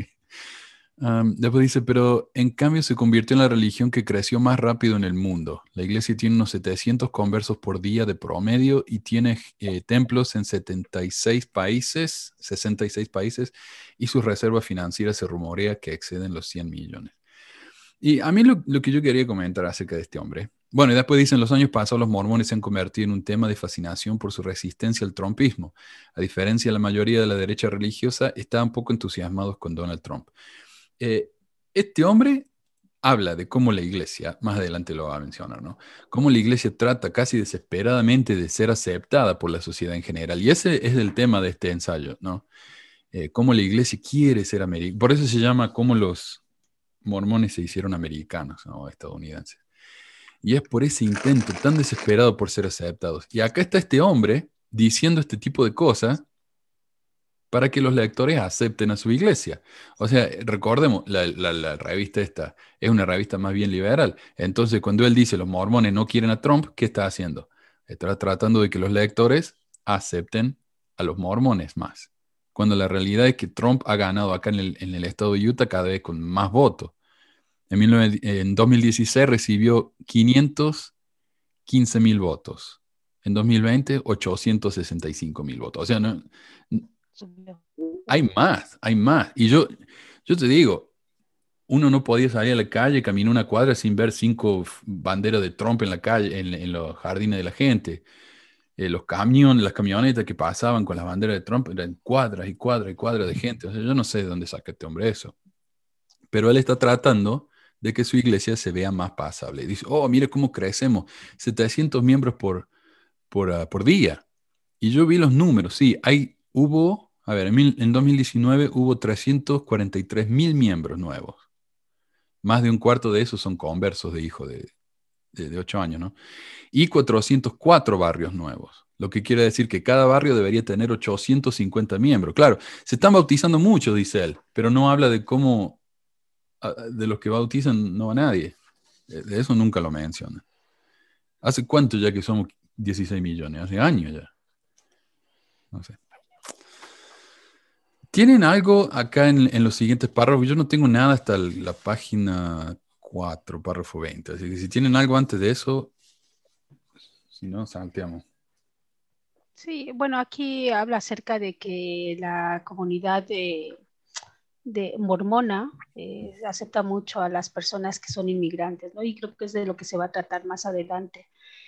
Um, después dice, pero en cambio se convirtió en la religión que creció más rápido en el mundo. La iglesia tiene unos setecientos conversos por día de promedio y tiene eh, templos en setenta y seis países, sesenta y seis países, y sus reservas financieras se rumorea que exceden los cien millones. Y a mí lo, lo que yo quería comentar acerca de este hombre, bueno, y después dicen, los años pasados los mormones se han convertido en un tema de fascinación por su resistencia al trumpismo. A diferencia de la mayoría de la derecha religiosa, estaban poco entusiasmados con Donald Trump. Eh, este hombre habla de cómo la iglesia, más adelante lo va a mencionar, ¿no? Cómo la iglesia trata casi desesperadamente de ser aceptada por la sociedad en general. Y ese es el tema de este ensayo, ¿no? Eh, cómo la iglesia quiere ser americana. Por eso se llama cómo los mormones se hicieron americanos, ¿no? Estadounidenses. Y es por ese intento tan desesperado por ser aceptados. Y acá está este hombre diciendo este tipo de cosas para que los lectores acepten a su iglesia. O sea, recordemos, la, la, la revista esta es una revista más bien liberal. Entonces, cuando él dice los mormones no quieren a Trump, ¿qué está haciendo? Está tratando de que los lectores acepten a los mormones más. Cuando la realidad es que Trump ha ganado acá en el, en el estado de Utah cada vez con más votos. En, en dos mil dieciséis recibió quinientos quince mil votos. En dos mil veinte, ochocientos sesenta y cinco mil votos. O sea, no... Hay más, hay más. Y yo, yo te digo, uno no podía salir a la calle, caminar una cuadra sin ver cinco banderas de Trump en la calle, en, en los jardines de la gente. Eh, los camiones, las camionetas que pasaban con las banderas de Trump eran cuadras y cuadras y cuadras de gente. O sea, yo no sé de dónde saca este hombre eso. Pero él está tratando de que su iglesia se vea más pasable. Dice, oh, mire cómo crecemos, setecientos miembros por, por, uh, por día. Y yo vi los números, sí, hay, hubo, a ver, en, mil, en dos mil diecinueve hubo trescientos cuarenta y tres mil miembros nuevos. Más de un cuarto de esos son conversos de hijos de, de, de ocho años, ¿no? Y cuatrocientos cuatro barrios nuevos, lo que quiere decir que cada barrio debería tener ochocientos cincuenta miembros. Claro, se están bautizando mucho, dice él, pero no habla de cómo, de los que bautizan no va nadie. De eso nunca lo menciona. ¿Hace cuánto ya que somos dieciséis millones? Hace años ya. No sé. ¿Tienen algo acá en, en los siguientes párrafos? Yo no tengo nada hasta la página cuatro, párrafo veinte. Así que si tienen algo antes de eso, si no, salteamos. Sí, bueno, aquí habla acerca de que la comunidad de, de mormona eh, acepta mucho a las personas que son inmigrantes, ¿no? Y creo que es de lo que se va a tratar más adelante.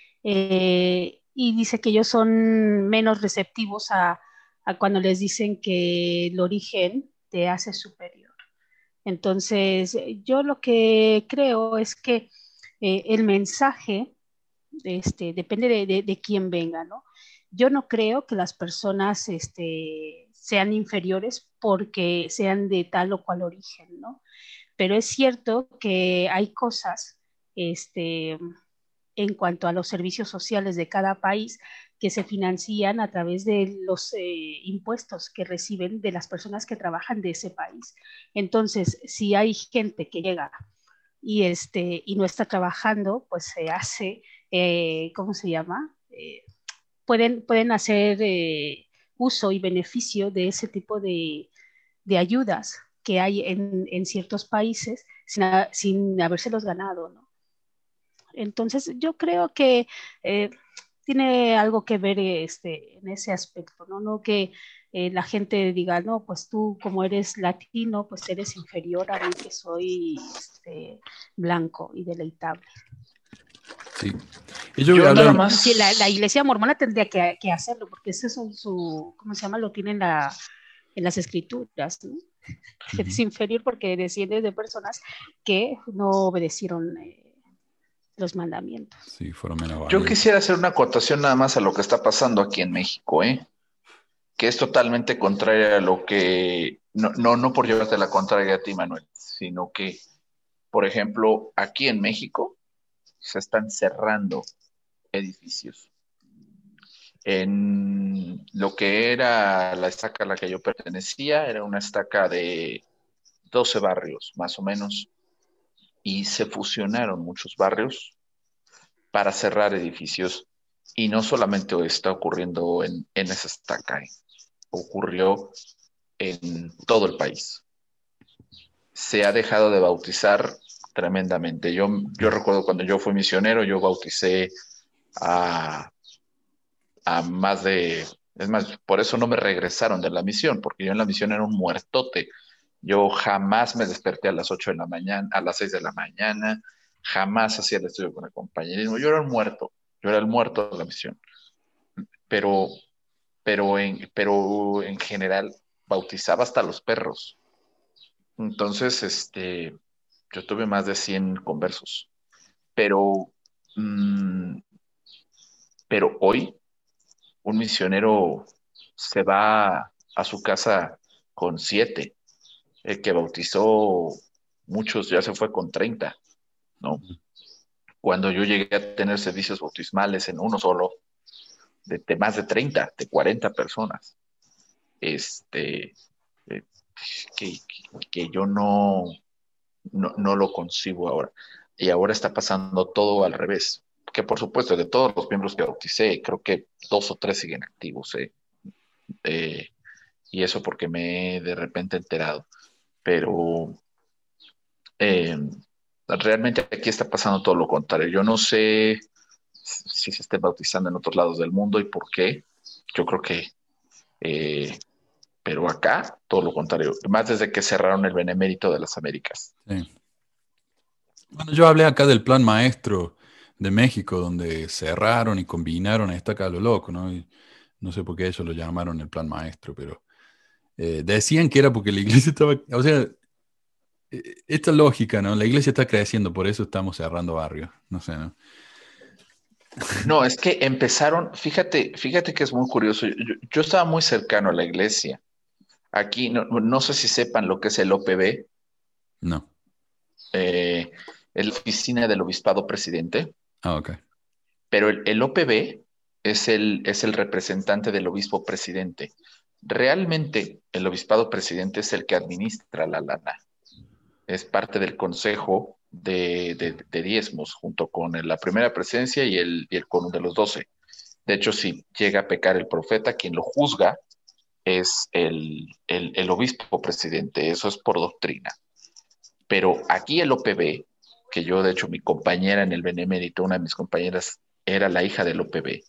Eh, y dice que ellos son menos receptivos a, a cuando les dicen que el origen te hace superior. Entonces, yo lo que creo es que eh, el mensaje este, depende de, de, de quién venga, ¿no? Yo no creo que las personas este, sean inferiores porque sean de tal o cual origen, ¿no? Pero es cierto que hay cosas este, en cuanto a los servicios sociales de cada país que se financian a través de los eh, impuestos que reciben de las personas que trabajan de ese país. Entonces, si hay gente que llega y, este, y no está trabajando, pues se hace, eh, ¿cómo se llama? Eh, pueden, pueden hacer eh, uso y beneficio de ese tipo de, de ayudas que hay en, en ciertos países sin, a, sin habérselos ganado, ¿no? Entonces, yo creo que eh, tiene algo que ver este, en ese aspecto, ¿no? No que eh, la gente diga, no, pues tú como eres latino, pues eres inferior a mí que soy este, blanco y deleitable. Sí. Y yo, yo hablar... nada más... Sí, la, la iglesia mormona tendría que, que hacerlo, porque ese es su, su, ¿cómo se llama? Lo tiene en, la, en las escrituras, ¿no? Uh-huh. Es inferior porque desciende de personas que no obedecieron eh, los mandamientos. Sí, fueron menos Yo quisiera hacer una acotación nada más a lo que está pasando aquí en México, ¿eh? Que es totalmente contraria a lo que, no, no, no por llevarte la contraria a ti, Manuel, sino que, por ejemplo, aquí en México se están cerrando edificios. En lo que era la estaca a la que yo pertenecía, era una estaca de doce barrios, más o menos, y se fusionaron muchos barrios para cerrar edificios, y no solamente está ocurriendo en, en esa estaca, ¿eh? Ocurrió en todo el país. Se ha dejado de bautizar tremendamente. Yo, yo recuerdo cuando yo fui misionero, yo bauticé a, a más de, es más, por eso no me regresaron de la misión, porque yo en la misión era un muertote. Yo jamás me desperté a las ocho de la mañana, a las seis de la mañana, jamás hacía el estudio con el compañerismo. Yo era un muerto, yo era el muerto de la misión. Pero, pero, en, pero en general bautizaba hasta los perros. Entonces, este, yo tuve más de cien conversos. Pero, mmm, pero hoy, un misionero se va a su casa con siete. El que bautizó muchos ya se fue con treinta, ¿no? Cuando yo llegué a tener servicios bautismales en uno solo, de, de más de treinta, de cuarenta personas, este, eh, que, que, que yo no, no, no lo concibo ahora. Y ahora está pasando todo al revés. Que por supuesto, de todos los miembros que bauticé, creo que dos o tres siguen activos, ¿eh? Eh, y eso porque me he de repente enterado. Pero eh, realmente aquí está pasando todo lo contrario. Yo no sé si se estén bautizando en otros lados del mundo y por qué. Yo creo que, eh, pero acá todo lo contrario. Más desde que cerraron el Benemérito de las Américas. Sí. Bueno, yo hablé acá del Plan Maestro de México, donde cerraron y combinaron a Estaca a lo loco, ¿no? Y no sé por qué ellos lo llamaron el Plan Maestro, pero eh, decían que era porque la iglesia estaba, o sea, esta lógica, ¿no? La iglesia está creciendo, por eso estamos cerrando barrios. No sé, ¿no? No, es que empezaron, fíjate, fíjate que es muy curioso. Yo, yo estaba muy cercano a la iglesia. Aquí, no, no sé si sepan lo que es el O P B, No. eh, es la oficina del obispado presidente, Ah, ok. pero el, el O P B es el, es el representante del obispo presidente. Realmente el obispado presidente es el que administra la lana. Es parte del consejo de, de, de diezmos, junto con la primera presidencia y el, y el con de los doce. De hecho, si llega a pecar el profeta, quien lo juzga es el, el, el obispo presidente. Eso es por doctrina. Pero aquí el O P B, que yo, de hecho, mi compañera en el Benemérito, una de mis compañeras, era la hija del O P B,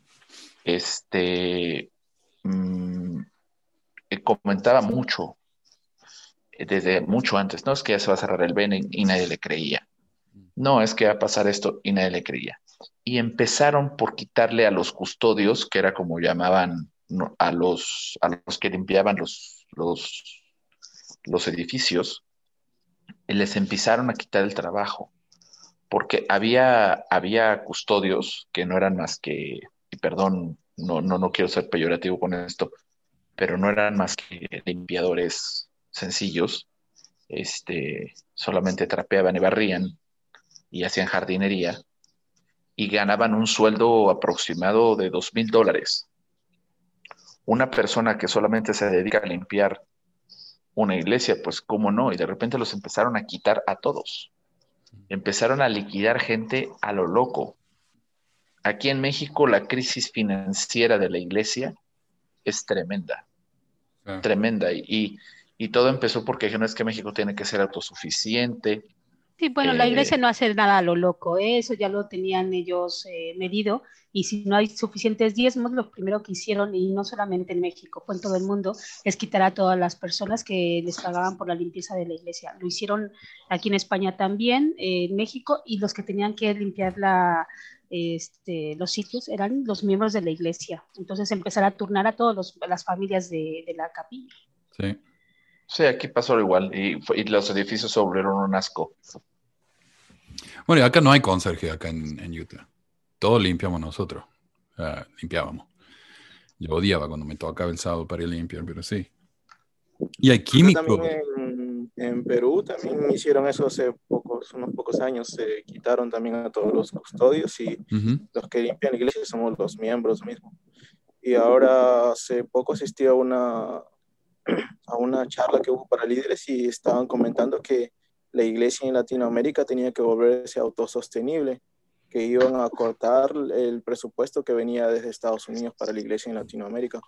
este, mmm, comentaba mucho, desde mucho antes, no es que ya se va a cerrar el Bene y nadie le creía. No, es que va a pasar esto y nadie le creía. Y empezaron por quitarle a los custodios, que era como llamaban no, a, los, a los que limpiaban los, los, los edificios, y les empezaron a quitar el trabajo, porque había, había custodios que no eran más que, y perdón, no, no, no quiero ser peyorativo con esto, pero no eran más que limpiadores sencillos, este, solamente trapeaban y barrían y hacían jardinería y ganaban un sueldo aproximado de dos mil dólares. Una persona que solamente se dedica a limpiar una iglesia, pues cómo no, y de repente los empezaron a quitar a todos. Empezaron a liquidar gente a lo loco. Aquí en México la crisis financiera de la iglesia es tremenda, ah. tremenda, y, y todo empezó porque no es que México tiene que ser autosuficiente. Sí, bueno, eh, la iglesia no hace nada a lo loco, ¿eh? Eso ya lo tenían ellos eh, medido, y si no hay suficientes diezmos, lo primero que hicieron, y no solamente en México, fue en todo el mundo, es quitar a todas las personas que les pagaban por la limpieza de la iglesia. Lo hicieron aquí en España también, eh, en México, y los que tenían que limpiar la, este, los sitios eran los miembros de la iglesia. Entonces empezar a turnar a todas las familias de, de la capilla. Sí. Sí, aquí pasó igual, y, y los edificios se volvieron un asco. Bueno, acá no hay conserje, acá en, en Utah. Todo limpiamos nosotros. Uh, limpiábamos. Yo odiaba cuando me tocaba el sábado para ir a limpiar, pero sí. Y hay químicos. En, en Perú también hicieron eso hace pocos, unos pocos años. Se quitaron también a todos los custodios y uh-huh. los que limpian la iglesia somos los miembros mismos. Y ahora hace poco asistí a una... a una charla que hubo para líderes y estaban comentando que la iglesia en Latinoamérica tenía que volverse autosostenible, que iban a cortar el presupuesto que venía desde Estados Unidos para la iglesia en Latinoamérica.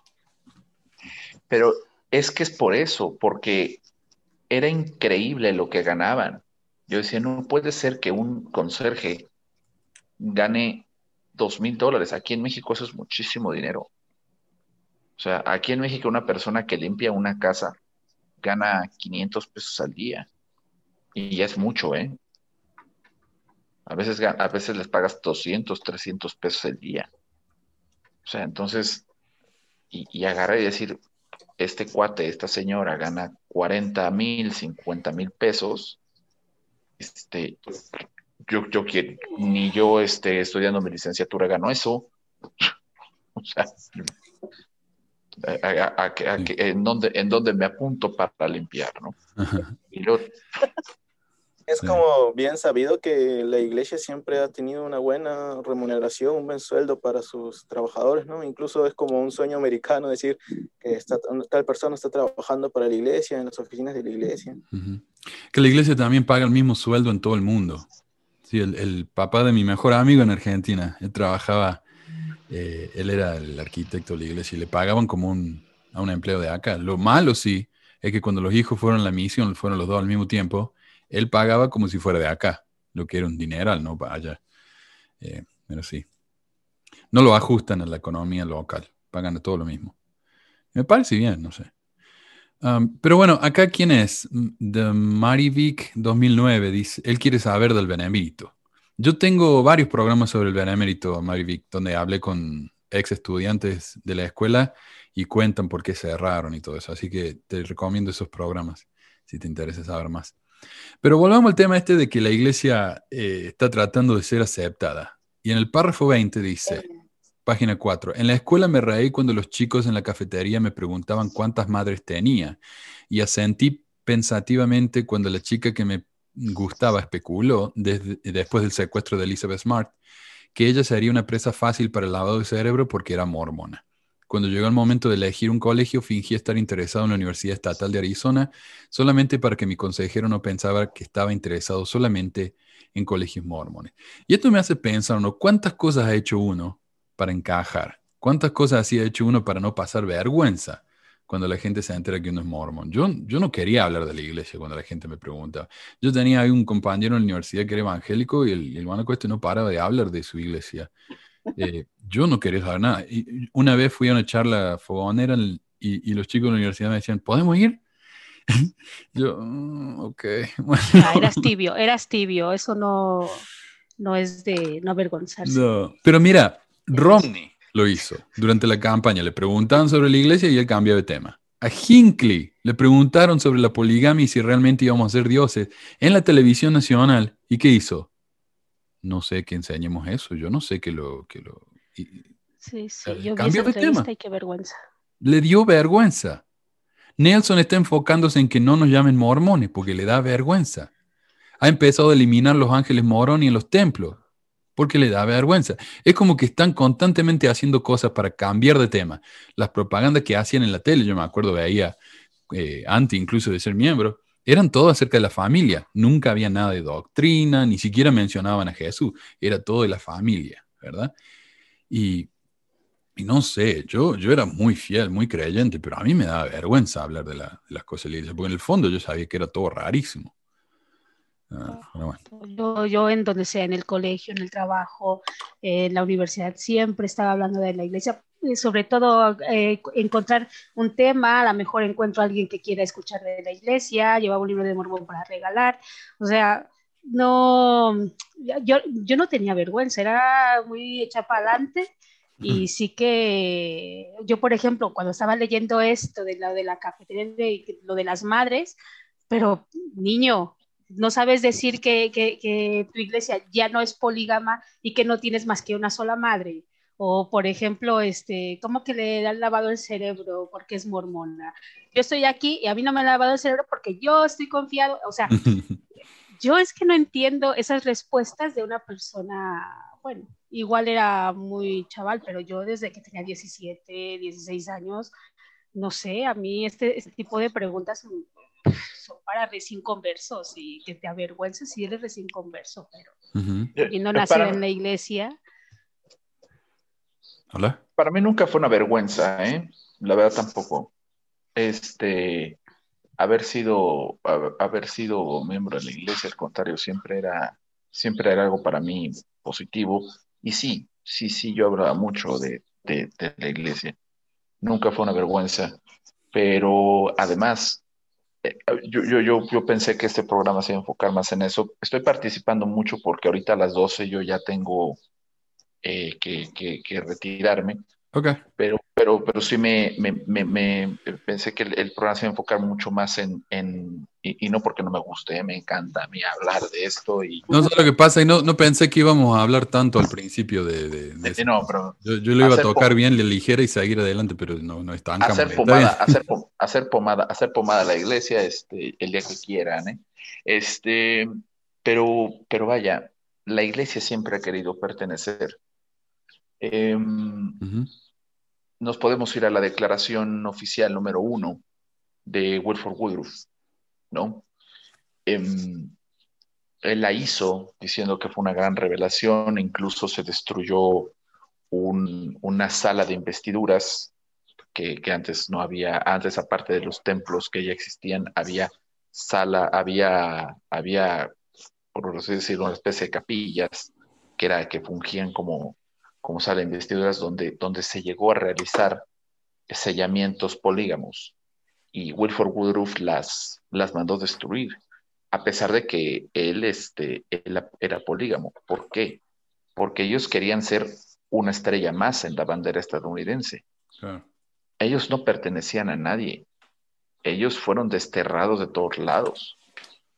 Pero es que es por eso, porque era increíble lo que ganaban. Yo decía, no puede ser que un conserje gane dos mil dólares. Aquí en México eso es muchísimo dinero. O sea, aquí en México una persona que limpia una casa gana quinientos pesos al día. Y ya es mucho, ¿eh? A veces, a veces les pagas doscientos, trescientos pesos al día. O sea, entonces, y, y agarrar y decir, este cuate, esta señora gana cuarenta mil, cincuenta mil pesos. Este, yo, yo quiero, ni yo este, estudiando mi licenciatura gano eso. O sea... A, a, a, a, sí. en, dónde, en dónde me apunto para limpiar, ¿no? Y lo... Es como bien sabido que la iglesia siempre ha tenido una buena remuneración, un buen sueldo para sus trabajadores, ¿no? Incluso es como un sueño americano decir que esta, tal persona está trabajando para la iglesia, en las oficinas de la iglesia. Uh-huh. Que la iglesia también paga el mismo sueldo en todo el mundo. Sí, el, el papá de mi mejor amigo en Argentina, él trabajaba... Eh, él era el arquitecto de la iglesia y le pagaban como un, a un empleo de acá. Lo malo sí es que cuando los hijos fueron a la misión, fueron los dos al mismo tiempo, él pagaba como si fuera de acá, lo que era un dineral, ¿no? Para allá. Eh, pero sí. No lo ajustan a la economía local, pagan de todo lo mismo. Me parece bien, no sé. Um, pero bueno, acá ¿quién es? De Marivic dos mil nueve dice, él quiere saber del Benemérito. Yo tengo varios programas sobre el Benemérito, Marivic, donde hablé con ex estudiantes de la escuela y cuentan por qué cerraron y todo eso. Así que te recomiendo esos programas si te interesa saber más. Pero volvamos al tema este de que la iglesia eh, está tratando de ser aceptada. Y en el párrafo veinte dice, página cuatro, en la escuela me reí cuando los chicos en la cafetería me preguntaban cuántas madres tenía. Y asentí pensativamente cuando la chica que me gustaba especuló, desde, después del secuestro de Elizabeth Smart, que ella sería una presa fácil para el lavado de cerebro porque era mormona. Cuando llegó el momento de elegir un colegio, fingí estar interesado en la Universidad Estatal de Arizona, solamente para que mi consejero no pensara que estaba interesado solamente en colegios mormones. Y esto me hace pensar, ¿no? ¿Cuántas cosas ha hecho uno para encajar? ¿Cuántas cosas así ha hecho uno para no pasar vergüenza cuando la gente se entera que uno es mormón? Yo, yo no quería hablar de la iglesia cuando la gente me preguntaba. Yo tenía ahí un compañero en la universidad que era evangélico y el, el manaco este no paraba de hablar de su iglesia. Eh, yo no quería saber nada. Y una vez fui a una charla fogonera y, y los chicos de la universidad me decían, ¿podemos ir? Yo, mm, ok. Bueno. Ah, eras tibio, eras tibio. Eso no, no es de no avergonzarse. No. Pero mira, Romney lo hizo durante la campaña. Le preguntaban sobre la iglesia y él cambiaba de tema. A Hinckley le preguntaron sobre la poligamia y si realmente íbamos a ser dioses en la televisión nacional. ¿Y qué hizo? No sé que enseñemos eso. Yo no sé que lo... Que lo y, sí, sí. Yo vi esa cambió de entrevista tema. y qué vergüenza. Le dio vergüenza. Nelson está enfocándose en que no nos llamen mormones porque le da vergüenza. Ha empezado a eliminar los ángeles morones en los templos porque le da vergüenza. Es como que están constantemente haciendo cosas para cambiar de tema. Las propagandas que hacían en la tele, yo me acuerdo, veía eh, antes incluso de ser miembro, eran todo acerca de la familia. Nunca había nada de doctrina, ni siquiera mencionaban a Jesús. Era todo de la familia, ¿verdad? Y, y no sé, yo, yo era muy fiel, muy creyente, pero a mí me daba vergüenza hablar de, la, de las cosas de la iglesia, porque en el fondo yo sabía que era todo rarísimo. Ah, pero bueno. Yo, yo en donde sea, en el colegio, en el trabajo, eh, en la universidad, siempre estaba hablando de la iglesia. Y sobre todo eh, encontrar un tema, a lo mejor encuentro a alguien que quiera escuchar de la iglesia, llevaba un libro de Mormón para regalar, o sea, no, yo, yo no tenía vergüenza, era muy hecha para adelante. Y sí que yo, por ejemplo, cuando estaba leyendo esto de lo de la cafetería, de lo de las madres, pero niño, no sabes decir que, que, que tu iglesia ya no es polígama y que no tienes más que una sola madre. O, por ejemplo, este, ¿cómo que le han lavado el cerebro porque es mormona? Yo estoy aquí y a mí no me han lavado el cerebro porque yo estoy confiado. O sea, yo es que no entiendo esas respuestas de una persona, bueno, igual era muy chaval, pero yo desde que tenía diecisiete, dieciséis años, no sé, a mí este, este tipo de preguntas son para recién conversos y que te avergüences si eres recién converso, pero Uh-huh. habiendo nacido en la iglesia. Hola. Para mí nunca fue una vergüenza, ¿eh? La verdad tampoco. Este, haber sido, haber sido miembro de la iglesia, al contrario, siempre era, siempre era algo para mí positivo. Y sí, sí, sí, yo hablaba mucho de, de, de la iglesia. Nunca fue una vergüenza. Pero además, eh, yo, yo, yo, yo pensé que este programa se iba a enfocar más en eso. Estoy participando mucho porque ahorita a las doce yo ya tengo eh, que, que, que retirarme. Okay. Pero, pero, pero sí me, me, me, me pensé que el, el programa se iba a enfocar mucho más en, en y, y no porque no me guste, me encanta a mí hablar de esto. Y, no sé lo que pasa y no, no pensé que íbamos a hablar tanto al principio de, de, de eh, no, pero yo, yo lo iba a tocar bien, le ligera y seguir adelante, pero no, no está en hacer pomada, hacer, pom, hacer pomada, hacer pomada a la iglesia este, el día que quieran, ¿eh? Este, pero, pero vaya, la iglesia siempre ha querido pertenecer. Eh, uh-huh. Nos podemos ir a la declaración oficial número uno de Wilford Woodruff, ¿no? Eh, él la hizo diciendo que fue una gran revelación, incluso se destruyó un, una sala de investiduras que, que antes no había, antes aparte de los templos que ya existían, había sala, había, había, por así decirlo, una especie de capillas que, era, que fungían como como sala de investiduras, donde, donde se llegó a realizar sellamientos polígamos. Y Wilford Woodruff las, las mandó destruir, a pesar de que él, este, él era polígamo. ¿Por qué? Porque ellos querían ser una estrella más en la bandera estadounidense. Claro. Ellos no pertenecían a nadie. Ellos fueron desterrados de todos lados.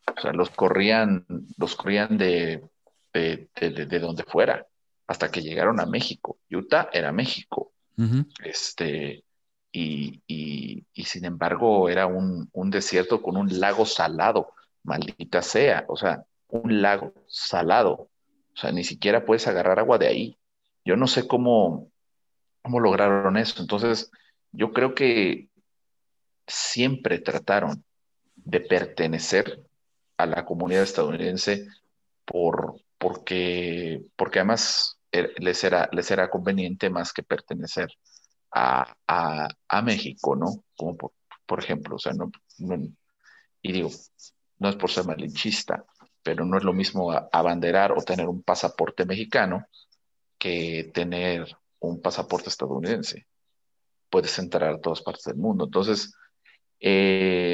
O sea, los corrían, los corrían de, de, de, de- de donde fuera, hasta que llegaron a México. Utah era México. Ujú. Este, y, y, y sin embargo era un, un desierto con un lago salado, maldita sea, o sea, un lago salado. O sea, ni siquiera puedes agarrar agua de ahí. Yo no sé cómo, cómo lograron eso. Entonces, yo creo que siempre trataron de pertenecer a la comunidad estadounidense por, porque, porque además eh, les era, les era conveniente más que pertenecer a, a, a México, ¿no? Como por, por ejemplo, o sea, no, no- y digo, no es por ser malinchista, pero no es lo mismo a- abanderar o tener un pasaporte mexicano que tener un pasaporte estadounidense. Puedes entrar a todas partes del mundo. Entonces, eh,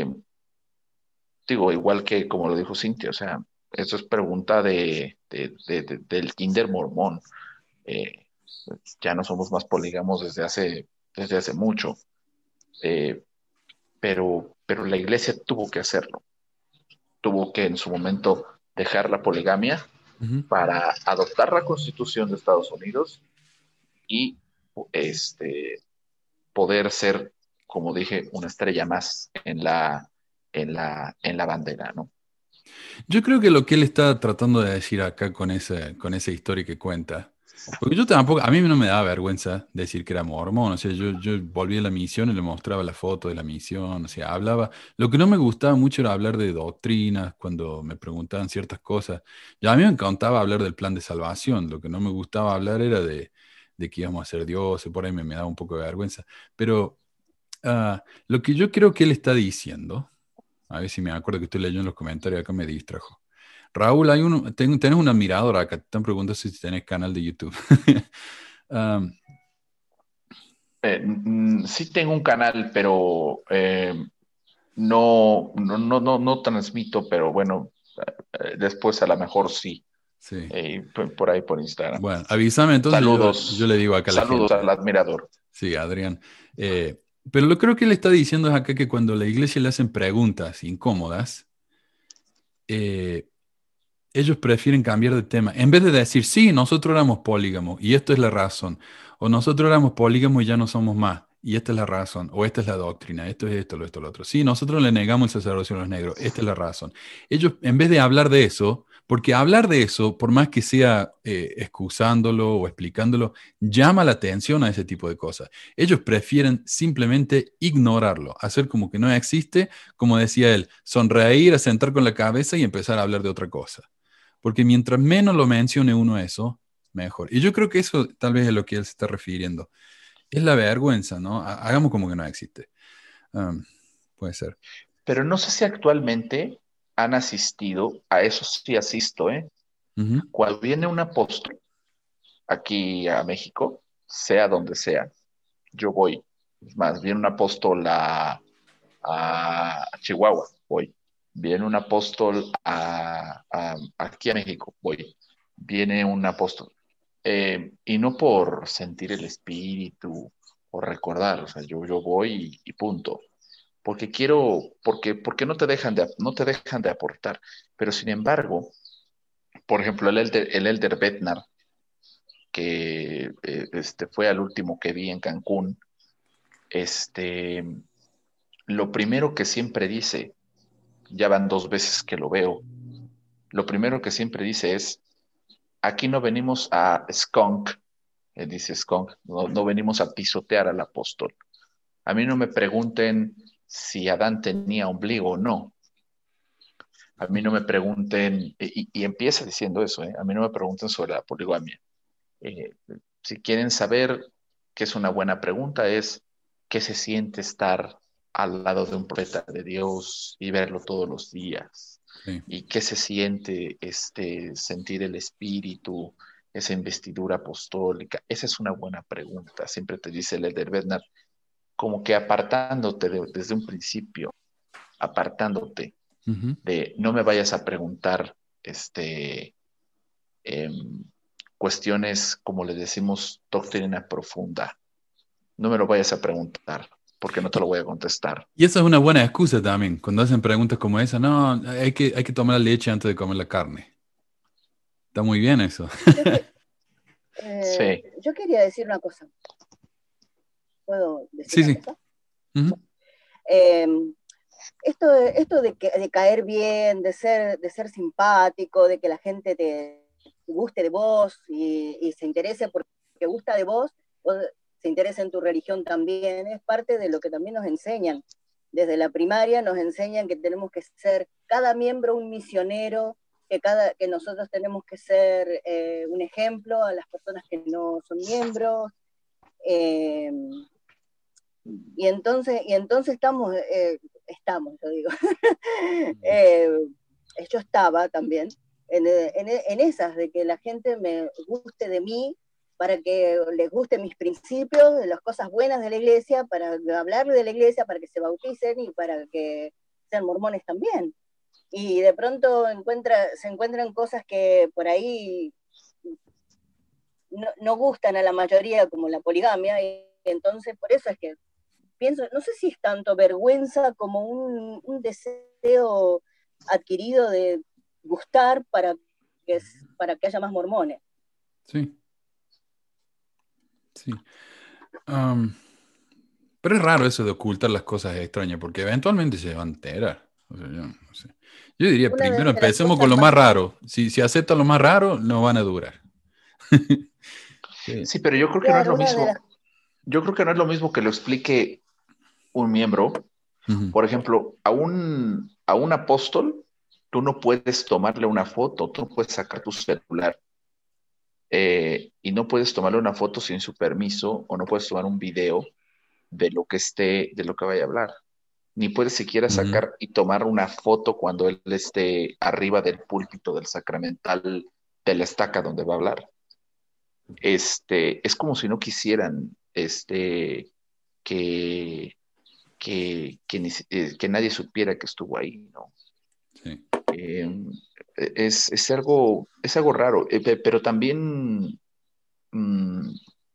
digo, igual que como lo dijo Cintia, o sea, eso es pregunta de, de- de- de- del Kinder Mormón. Eh, ya no somos más polígamos desde hace, desde hace mucho, eh, pero, pero la iglesia tuvo que hacerlo, tuvo que en su momento dejar la poligamia Ujú. para adoptar la Constitución de Estados Unidos y este, poder ser, como dije, una estrella más en la, en la, en la bandera, ¿no? Yo creo que lo que él está tratando de decir acá con esa, con esa historia que cuenta, porque yo tampoco, a mí no me da vergüenza decir que era mormón, o sea, yo, yo volví a la misión y le mostraba la foto de la misión, o sea, hablaba, lo que no me gustaba mucho era hablar de doctrinas, cuando me preguntaban ciertas cosas, ya a mí me encantaba hablar del plan de salvación, lo que no me gustaba hablar era de, de que íbamos a ser dioses, por ahí me, me daba un poco de vergüenza, pero ah, lo que yo creo que él está diciendo, a ver si me acuerdo que estoy leyendo en los comentarios, acá me distrajo. Raúl, hay un, ten- tenés un admirador acá, te están preguntando si tenés canal de YouTube. Um, Eh, mm, sí tengo un canal, pero eh, no, no, no, no, no transmito, pero bueno, eh, después a lo mejor sí, sí. eh, por, por ahí por Instagram. Bueno, avísame entonces, yo, yo Saludos, le digo acá a la saludos gente. al admirador. Sí, Adrián. Eh, pero lo creo que él está diciendo es acá que cuando la iglesia le hacen preguntas incómodas, eh, ellos prefieren cambiar de tema. En vez de decir, sí, nosotros éramos polígamos y esto es la razón. O nosotros éramos polígamos y ya no somos más. Y esta es la razón. O esta es la doctrina. Esto es esto, lo esto, lo otro. Sí, nosotros le negamos el sacerdocio a los negros. Esta es la razón. Ellos, en vez de hablar de eso, porque hablar de eso, por más que sea eh, excusándolo o explicándolo, llama la atención a ese tipo de cosas. Ellos prefieren simplemente ignorarlo, hacer como que no existe, como decía él, sonreír, asentar con la cabeza y empezar a hablar de otra cosa. Porque mientras menos lo mencione uno eso, mejor. Y yo creo que eso tal vez es a lo que él se está refiriendo. Es la vergüenza, ¿no? Ha- Hagamos como que no existe. Um, puede ser. Pero no sé si actualmente han asistido, a eso sí asisto, ¿eh? Ujú. Cuando viene un apóstol aquí a México, sea donde sea, yo voy. Es más, viene un apóstol a, a Chihuahua, voy. Viene un apóstol a, a- aquí a México, voy. Viene un apóstol. Eh, y no por sentir el espíritu o recordar, o sea, yo, yo voy y, y punto. Porque quiero, porque, porque no te dejan de, no te dejan de aportar. Pero sin embargo, por ejemplo, el Elder, el Elder Bednar, que eh, este, fue al último que vi en Cancún, este, lo primero que siempre dice, ya van dos veces que lo veo, lo primero que siempre dice es, aquí no venimos a skunk, eh, dice skunk, no, no venimos a pisotear al apóstol. A mí no me pregunten si Adán tenía ombligo o no. A mí no me pregunten, y, y empieza diciendo eso, ¿eh? A mí no me pregunten sobre la poligamia. Eh, si quieren saber qué es una buena pregunta, es qué se siente estar al lado de un profeta de Dios y verlo todos los días. Sí. Y qué se siente este, sentir el espíritu, esa investidura apostólica. Esa es una buena pregunta. Siempre te dice el Elder Bednar, como que apartándote de- desde un principio, apartándote Ujú. de no me vayas a preguntar este, em, cuestiones, como le decimos, doctrina profunda. No me lo vayas a preguntar. porque no te lo voy a contestar. Y esa es una buena excusa también, cuando hacen preguntas como esa, no, hay que, hay que tomar la leche antes de comer la carne. Está muy bien eso. Yo, que, eh, Sí. yo quería decir una cosa. ¿Puedo decir Sí, una sí. cosa? Ujú. Eh, esto de, esto de, que, de caer bien, de ser, de ser simpático, de que la gente te guste de vos y, y se interese porque gusta de vos, o se interesa en tu religión también, es parte de lo que también nos enseñan. Desde la primaria nos enseñan que tenemos que ser cada miembro un misionero, que, cada, que nosotros tenemos que ser eh, un ejemplo a las personas que no son miembros. Eh, y, entonces, y entonces estamos, eh, estamos, yo digo, eh, yo estaba también en, en, en esas, de que la gente me guste de mí, para que les gusten mis principios, de las cosas buenas de la iglesia, para hablar de la iglesia, para que se bauticen y para que sean mormones también. Y de pronto encuentra, se encuentran cosas que por ahí no, no gustan a la mayoría, como la poligamia, y entonces por eso es que pienso, no sé si es tanto vergüenza como un, un deseo adquirido de gustar para que, para que haya más mormones. Sí. Sí. Um, pero es raro eso de ocultar las cosas extrañas, porque eventualmente se van a enterar. O sea, yo, no sé. Yo diría, Una primero de empecemos con lo más raro. Si, si aceptan lo más raro, no van a durar. Sí. Sí, pero yo creo que Claro, no es lo una de mismo. las- Yo creo que no es lo mismo que lo explique un miembro. Ujú. Por ejemplo, a un, a un apóstol, tú no puedes tomarle una foto, tú no puedes sacar tu celular eh, y no puedes tomarle una foto sin su permiso o no puedes tomar un video de lo que esté, de lo que vaya a hablar. Ni puedes siquiera Ujú. sacar y tomar una foto cuando él esté arriba del púlpito del sacramental de la estaca donde va a hablar. Este, es como si no quisieran este, que, que, que, ni- eh, que nadie supiera que estuvo ahí, ¿no? Sí. Eh, es, es algo, es algo raro, eh, pe- pero también mm,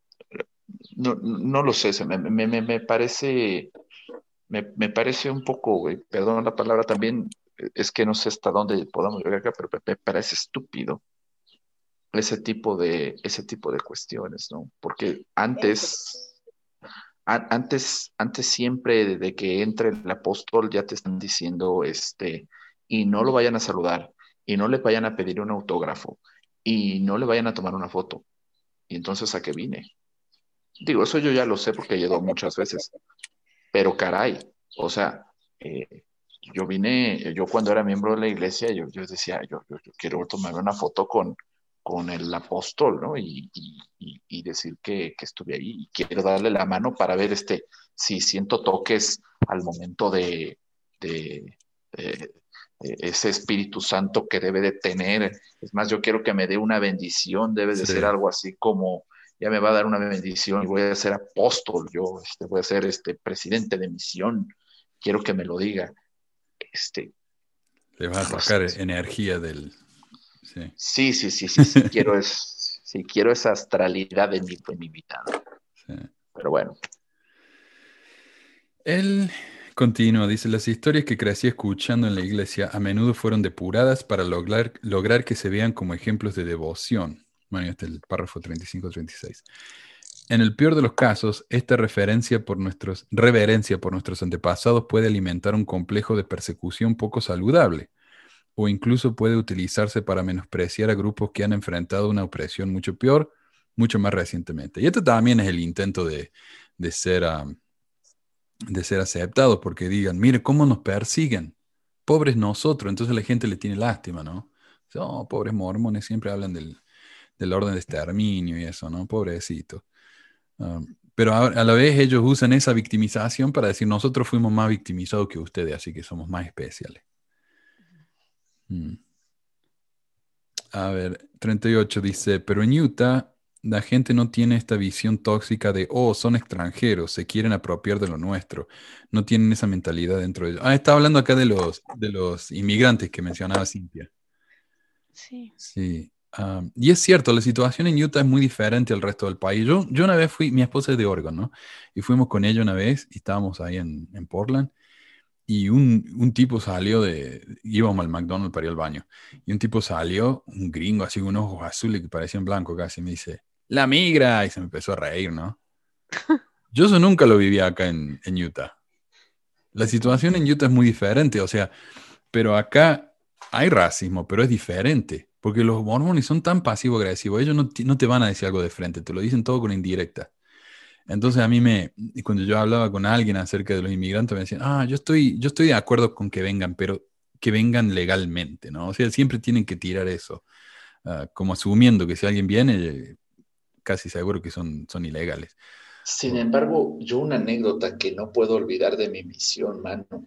no, no lo sé, se me, me, me- me parece, me, me parece un poco, güey, perdón la palabra también, eh, es que no sé hasta dónde podamos llegar acá, pero me, me parece estúpido ese tipo de, ese tipo de cuestiones, ¿no? Porque eso, antes, a- antes, antes siempre de, de que entre el apóstol ya te están diciendo, este, y no lo vayan a saludar, y no le vayan a pedir un autógrafo, y no le vayan a tomar una foto. Y entonces, ¿a qué vine? Digo, eso yo ya lo sé porque he ido muchas veces, pero caray, o sea, eh, yo vine, yo cuando era miembro de la iglesia, yo, yo decía, yo, yo, yo quiero tomar una foto con, con el apóstol, ¿no? Y, y, y- y decir que, que estuve ahí y quiero darle la mano para ver este, si siento toques al momento de, de, de- de ese Espíritu Santo que debe de tener. Es más, yo quiero que me dé una bendición, debe de Sí. ser algo así como ya me va a dar una bendición y voy a ser apóstol, yo este, voy a ser este presidente de misión, quiero que me lo diga. Este, Le vas a no sacar sé. energía del... Sí. Sí, sí, sí, sí, sí, quiero es, sí, quiero esa astralidad en mi, en mi vida, ¿no? Sí. Pero bueno, Él continúa, dice, las historias que crecí escuchando en la iglesia a menudo fueron depuradas para lograr, lograr que se vean como ejemplos de devoción. Bueno, este es el párrafo treinta y cinco treinta y seis. En el peor de los casos, esta referencia por nuestros, reverencia por nuestros antepasados puede alimentar un complejo de persecución poco saludable, o incluso puede utilizarse para menospreciar a grupos que han enfrentado una opresión mucho peor, mucho más recientemente. Y esto también es el intento de, de ser... um, de ser aceptados, porque digan, mire cómo nos persiguen, pobres nosotros, entonces la gente le tiene lástima, ¿no? Oh, pobres mormones, siempre hablan del, del orden de exterminio y eso, ¿no? Pobrecito. Um, pero a, a la vez ellos usan esa victimización para decir, nosotros fuimos más victimizados que ustedes, así que somos más especiales. Mm. A ver, treinta y ocho dice, pero en Utah la gente no tiene esta visión tóxica de, oh, son extranjeros, se quieren apropiar de lo nuestro. No tienen esa mentalidad dentro de ellos. Ah, está hablando acá de los, de los inmigrantes que mencionaba Cintia. Sí. Sí. Um, y es cierto, la situación en Utah es muy diferente al resto del país. Yo, yo una vez fui, mi esposa es de Oregon, ¿no? Y fuimos con ella una vez y estábamos ahí en, en Portland. Y un, un tipo salió de, íbamos al McDonald's para ir al baño. Y un tipo salió, un gringo así con unos ojos azules que parecían blancos casi. Y me dice, la migra. Y se me empezó a reír, ¿no? Yo eso nunca lo vivía acá en, en Utah. La situación en Utah es muy diferente, o sea, pero acá hay racismo, pero es diferente, porque los mormones son tan pasivo-agresivos, ellos no, no te van a decir algo de frente, te lo dicen todo con indirecta. Entonces a mí me, cuando yo hablaba con alguien acerca de los inmigrantes, me decían, ah, yo estoy, yo estoy de acuerdo con que vengan, pero que vengan legalmente, ¿no? O sea, siempre tienen que tirar eso, uh, como asumiendo que si alguien viene, casi seguro que son, son ilegales. Sin embargo, yo una anécdota que no puedo olvidar de mi misión, mano.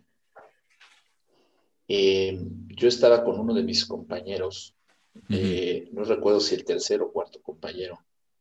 Eh, yo estaba con uno de mis compañeros, eh, uh-huh. no recuerdo si el tercer o cuarto compañero,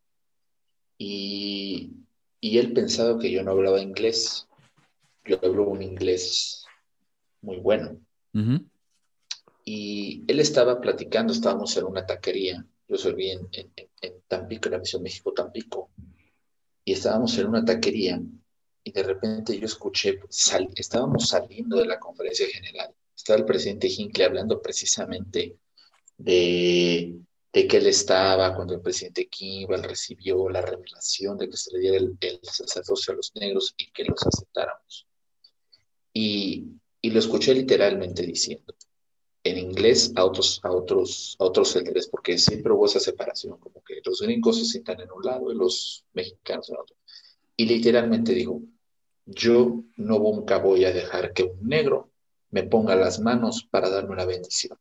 y, y él pensaba que yo no hablaba inglés. Yo hablo un inglés muy bueno. Uh-huh. Y él estaba platicando, estábamos en una taquería, yo serví en, en, en Tampico, en la Misión México-Tampico, y estábamos en una taquería, y de repente yo escuché, sal, estábamos saliendo de la conferencia general, estaba el presidente Hinckley hablando precisamente de, de que él estaba cuando el presidente Kimball recibió la revelación de que se le diera el, el sacerdocio a los negros y que los aceptáramos. Y, y lo escuché literalmente diciendo, en inglés a otros, a otros, a otros líderes, porque siempre hubo esa separación, como que los gringos se sientan en un lado y los mexicanos en otro. Y literalmente digo, yo no nunca voy a dejar que un negro me ponga las manos para darme una bendición.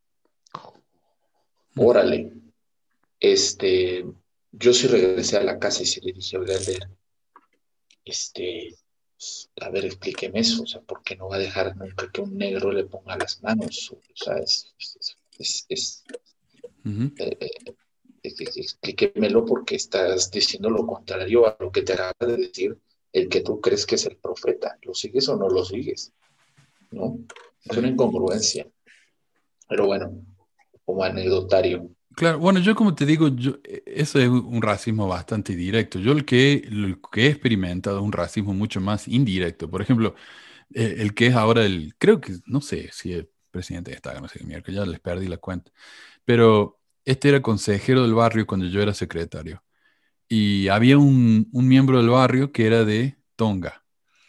Órale. Este, yo sí regresé a la casa y sí le dije, oiga, este, a ver, explíqueme eso, o sea, ¿por qué no va a dejar nunca que un negro le ponga las manos? O sea, es, es, es, es uh-huh. eh, eh, explíquemelo porque estás diciendo lo contrario a lo que te acaba de decir el que tú crees que es el profeta. ¿Lo sigues o no lo sigues? ¿No? Sí. Es una incongruencia. Pero bueno, como anecdotario. Claro, bueno, yo como te digo, yo, eso es un racismo bastante directo. Yo el que, el que he experimentado es un racismo mucho más indirecto. Por ejemplo, el, el que es ahora el, creo que, no sé si el presidente está, no sé, miércoles, ya les perdí la cuenta. Pero este era consejero del barrio cuando yo era secretario. Y había un, un miembro del barrio que era de Tonga,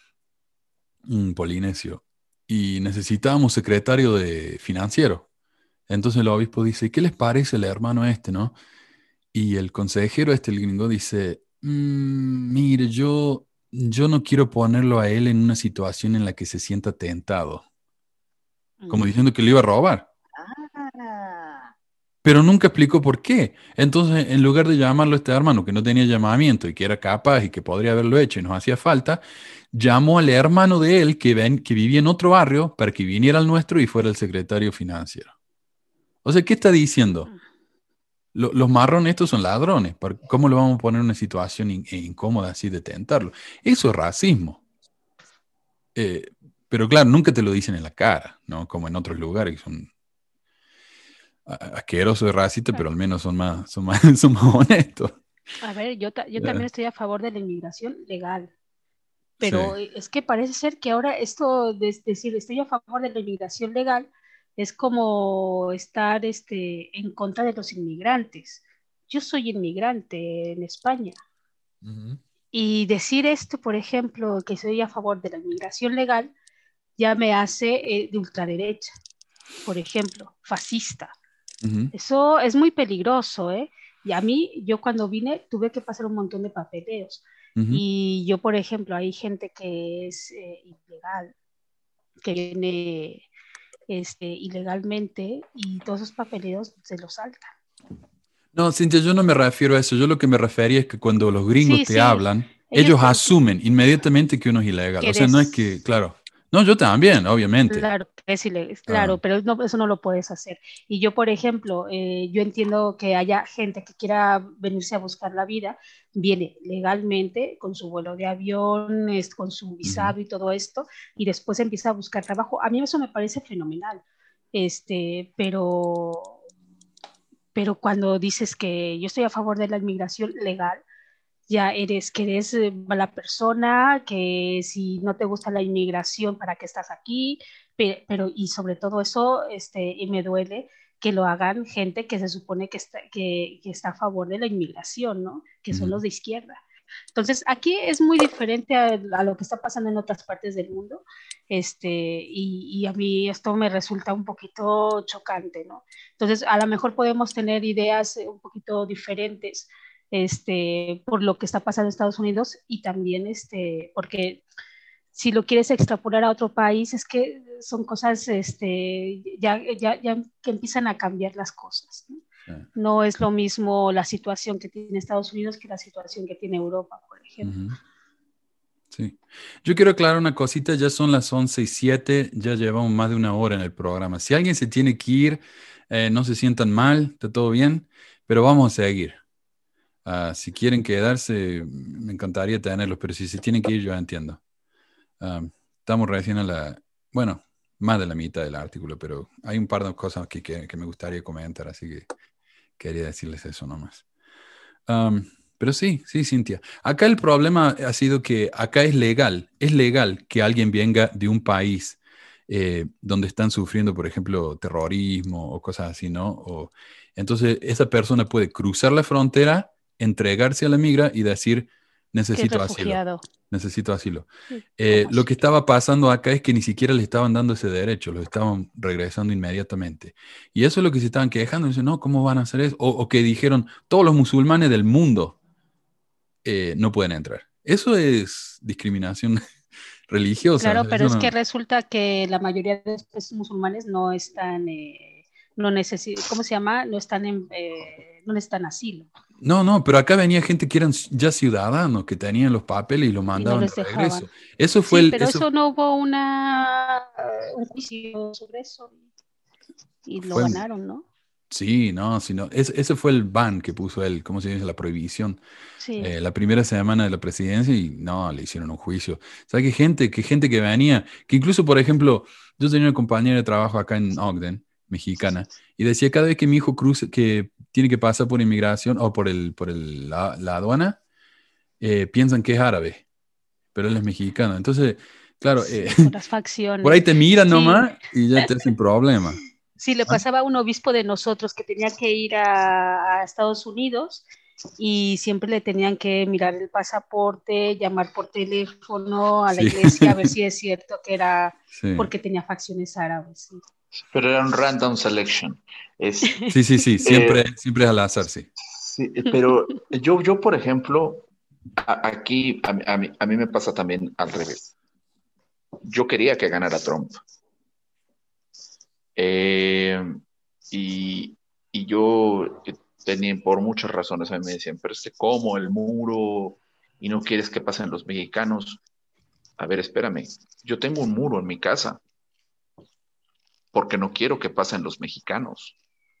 un polinesio. Y necesitábamos secretario de financiero. Entonces el obispo dice, ¿qué les parece el hermano este, no? Y el consejero este, el gringo, dice, mmm, mire, yo, yo no quiero ponerlo a él en una situación en la que se sienta tentado. Como diciendo que le iba a robar. Ah. Pero nunca explicó por qué. Entonces, en lugar de llamarlo a este hermano que no tenía llamamiento y que era capaz y que podría haberlo hecho y nos hacía falta, llamó al hermano de él que, ven, que vivía en otro barrio para que viniera al nuestro y fuera el secretario financiero. O sea, ¿qué está diciendo? Lo, los marrones estos son ladrones. ¿Cómo lo vamos a poner en una situación in, incómoda así de tentarlo? Eso es racismo. Eh, pero claro, nunca te lo dicen en la cara, ¿no? Como en otros lugares que son asquerosos y racistas, pero al menos son más, son más, son más honestos. A ver, yo, ta- yo yeah. también estoy a favor de la inmigración legal. Pero sí. Es que parece ser que ahora esto de decir estoy a favor de la inmigración legal es como estar este, en contra de los inmigrantes. Yo soy inmigrante en España. Uh-huh. Y decir esto, por ejemplo, que soy a favor de la inmigración legal, ya me hace eh, de ultraderecha, por ejemplo, fascista. Uh-huh. Eso es muy peligroso, ¿eh? Y a mí, yo cuando vine, tuve que pasar un montón de papeleos. Uh-huh. Y yo, por ejemplo, hay gente que es eh, ilegal, que viene este, ilegalmente y todos esos papeleos se los saltan. No, Cintia, yo no me refiero a eso. Yo lo que me refería es que cuando los gringos sí, te sí. hablan, ellos, ellos asumen inmediatamente que uno es ilegal. O sea, eres... no es que, claro. No, yo también, obviamente. Claro, es ilegal, claro, ah. pero no, eso no lo puedes hacer. Y yo, por ejemplo, eh, yo entiendo que haya gente que quiera venirse a buscar la vida, viene legalmente con su vuelo de avión, es, con su visado uh-huh. y todo esto, y después empieza a buscar trabajo. A mí eso me parece fenomenal, este, pero... pero cuando dices que yo estoy a favor de la inmigración legal, ya eres que eres eh, mala persona, que si no te gusta la inmigración, ¿para qué estás aquí? Pero, pero y sobre todo eso, este, y me duele que lo hagan gente que se supone que está, que, que está a favor de la inmigración, ¿no? Que son Ujú. los de izquierda. Entonces, aquí es muy diferente a, a lo que está pasando en otras partes del mundo, este, y, y a mí esto me resulta un poquito chocante, ¿no? Entonces, a lo mejor podemos tener ideas eh, un poquito diferentes, este, por lo que está pasando en Estados Unidos y también, este, porque si lo quieres extrapolar a otro país, es que son cosas, este, ya, ya, ya que empiezan a cambiar las cosas, ¿no? Sí. No es lo mismo la situación que tiene Estados Unidos que la situación que tiene Europa, por ejemplo. Ujú. Sí. Yo quiero aclarar una cosita, ya son las once y siete, ya llevamos más de una hora en el programa. Si alguien se tiene que ir, eh, no se sientan mal, está todo bien, pero vamos a seguir. Ah, si quieren quedarse, me encantaría tenerlos, pero si se tienen que ir, yo entiendo. Ah, estamos recién a la, bueno, más de la mitad del artículo, pero hay un par de cosas que, que, que me gustaría comentar, así que quería decirles eso nomás. Um, pero sí, sí, Cintia. Acá el problema ha sido que acá es legal, es legal que alguien venga de un país eh, donde están sufriendo, por ejemplo, terrorismo o cosas así, ¿no? O, entonces, esa persona puede cruzar la frontera, entregarse a la migra y decir, Que es necesito asilo, refugiado. necesito asilo. Sí, Eh, como lo que así. estaba pasando acá es que ni siquiera le estaban dando ese derecho, lo estaban regresando inmediatamente. Y eso es lo que se estaban quejando. Dicen, no, ¿cómo van a hacer eso? O, o que dijeron, todos los musulmanes del mundo eh, no pueden entrar. Eso es discriminación religiosa. Claro, pero Eso es que no. resulta que la mayoría de los musulmanes no están, eh, no necesitan, ¿cómo se llama? No están en, eh, no necesitan asilo No, no, pero acá venía gente que eran ya ciudadanos, que tenían los papeles y los y no mandaban de les dejaban. regreso. Eso fue Sí, el, pero eso eso no hubo una, un juicio sobre eso y lo fue, ganaron, ¿no? sí, no, sino, ese, ese fue el ban que puso él, ¿cómo se dice? La prohibición. Sí, Eh, la primera semana de la presidencia y no, le hicieron un juicio. O sea, que gente, que gente que venía, que incluso, por ejemplo, yo tenía una compañera de trabajo acá en Ogden, mexicana, y decía cada vez que mi hijo cruce, que tiene que pasar por inmigración o por el, por el, la, la aduana, eh, piensan que es árabe, pero él es mexicano. Entonces, claro, eh, sí, por las por ahí facciones. te miran Sí, nomás y ya te hacen problema. sí, le ¿Ah? pasaba a un obispo de nosotros que tenía que ir a, a Estados Unidos y siempre le tenían que mirar el pasaporte, llamar por teléfono a la Sí, iglesia a ver si es cierto que era sí, porque tenía facciones árabes. Sí, Pero era un random selection. Es, sí, sí, sí, eh, siempre, siempre es al azar, sí. sí, pero yo, yo, por ejemplo, a- aquí a, mí- a mí, a mí me pasa también al revés. Yo quería que ganara Trump. Eh, y, y yo eh, tenía, por muchas razones, a mí me decían, pero este cómo, el muro, y no quieres que pasen los mexicanos. A ver, espérame, yo tengo un muro en mi casa porque no quiero que pasen los mexicanos,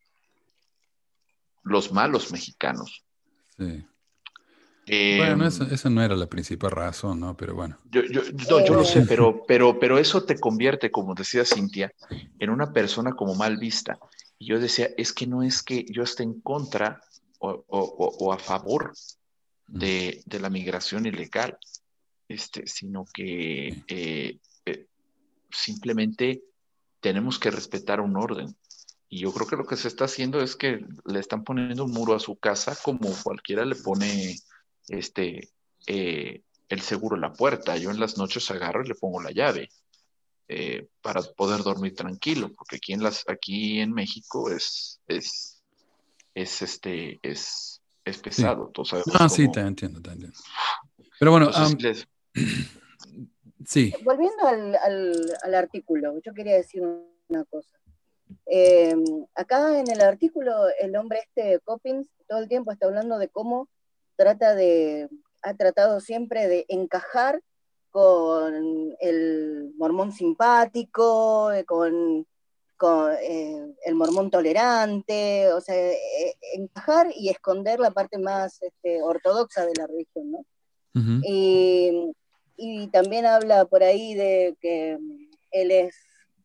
los malos mexicanos. Sí. Eh, Bueno, esa, esa no era la principal razón, ¿no? Pero bueno. yo, yo, no, yo lo Eh, sé, pero, pero, pero eso te convierte, como decía Cintia, en una persona como mal vista. Y yo decía, es que no es que yo esté en contra o, o, o, o a favor Mm, de, de, la migración ilegal, este, sino que sí. eh, eh, simplemente tenemos que respetar un orden. Y yo creo que lo que se está haciendo es que le están poniendo un muro a su casa como cualquiera le pone este, eh, el seguro a la puerta. Yo en las noches agarro y le pongo la llave eh, para poder dormir tranquilo, porque aquí en, las, aquí en México es, es, es, este, es, es Sí. pesado. Todos sabemos No, sí, cómo. te entiendo, te entiendo. Pero bueno, Entonces, am, les, sí. Volviendo al, al, al artículo, yo quería decir una cosa. Eh, acá en el artículo, el hombre este, Coppins, todo el tiempo está hablando de cómo trata de, ha tratado siempre de encajar con el mormón simpático, con, con eh, el mormón tolerante, o sea, eh, encajar y esconder la parte más este, ortodoxa de la religión, ¿no? Ujú. Y, y también habla por ahí de que él es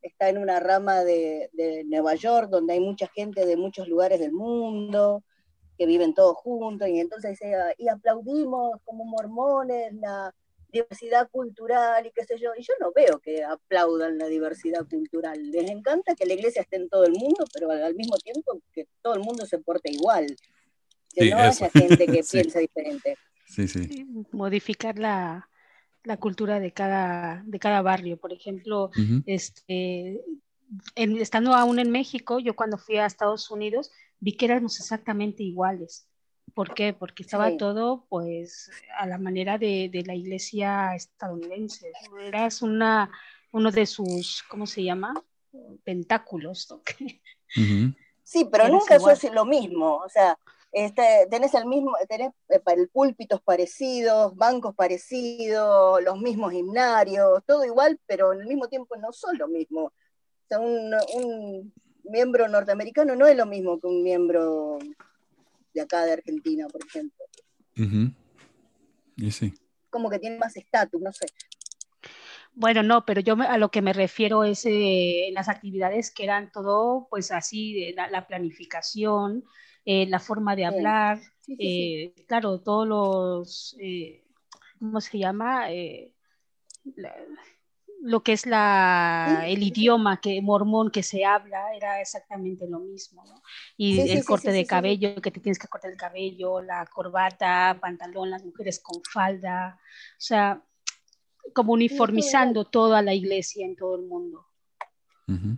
está en una rama de, de Nueva York, donde hay mucha gente de muchos lugares del mundo, que viven todos juntos, y entonces eh, y aplaudimos como mormones la diversidad cultural y qué sé yo, y yo no veo que aplaudan la diversidad cultural. Les encanta que la iglesia esté en todo el mundo, pero al mismo tiempo que todo el mundo se porte igual, que Sí, no eso. haya gente que Sí. piense diferente. Sí, sí. Sí, modificar la, la cultura de cada, de cada barrio. Por ejemplo, Ujú. este, en- estando aún en México, yo cuando fui a Estados Unidos vi que éramos exactamente iguales. ¿Por qué? Porque estaba Sí. todo pues a la manera de, de la iglesia estadounidense. Eras una, uno de sus, ¿cómo se llama? Tentáculos, ¿no? Ujú. Sí, pero Eres nunca igual. sos lo mismo, o sea, este, tenés el mismo, tenés eh, pa- el púlpitos parecidos, bancos parecidos, los mismos himnarios, todo igual, pero al mismo tiempo no son lo mismo. O sea, un, un miembro norteamericano no es lo mismo que un miembro de acá de Argentina, por ejemplo. Ujú. Y sí. Como que tiene más estatus, no sé. Bueno, no, pero yo me- a lo que me refiero es eh, en las actividades que eran todo, pues así, de la, la planificación, eh, la forma de Sí, hablar, sí, sí, sí. eh, claro, todos los, eh, ¿cómo se llama? Eh, la- lo que es la, Sí, el sí, sí. idioma que, mormón que se habla era exactamente lo mismo, ¿no? Y Sí, sí, el sí, corte sí, de sí, sí, sí. cabello, que te tienes que cortar el cabello, la corbata, pantalón, las mujeres con falda, o sea, como Sí, es todo igual. uniformizando toda la iglesia en todo el mundo. Ujú.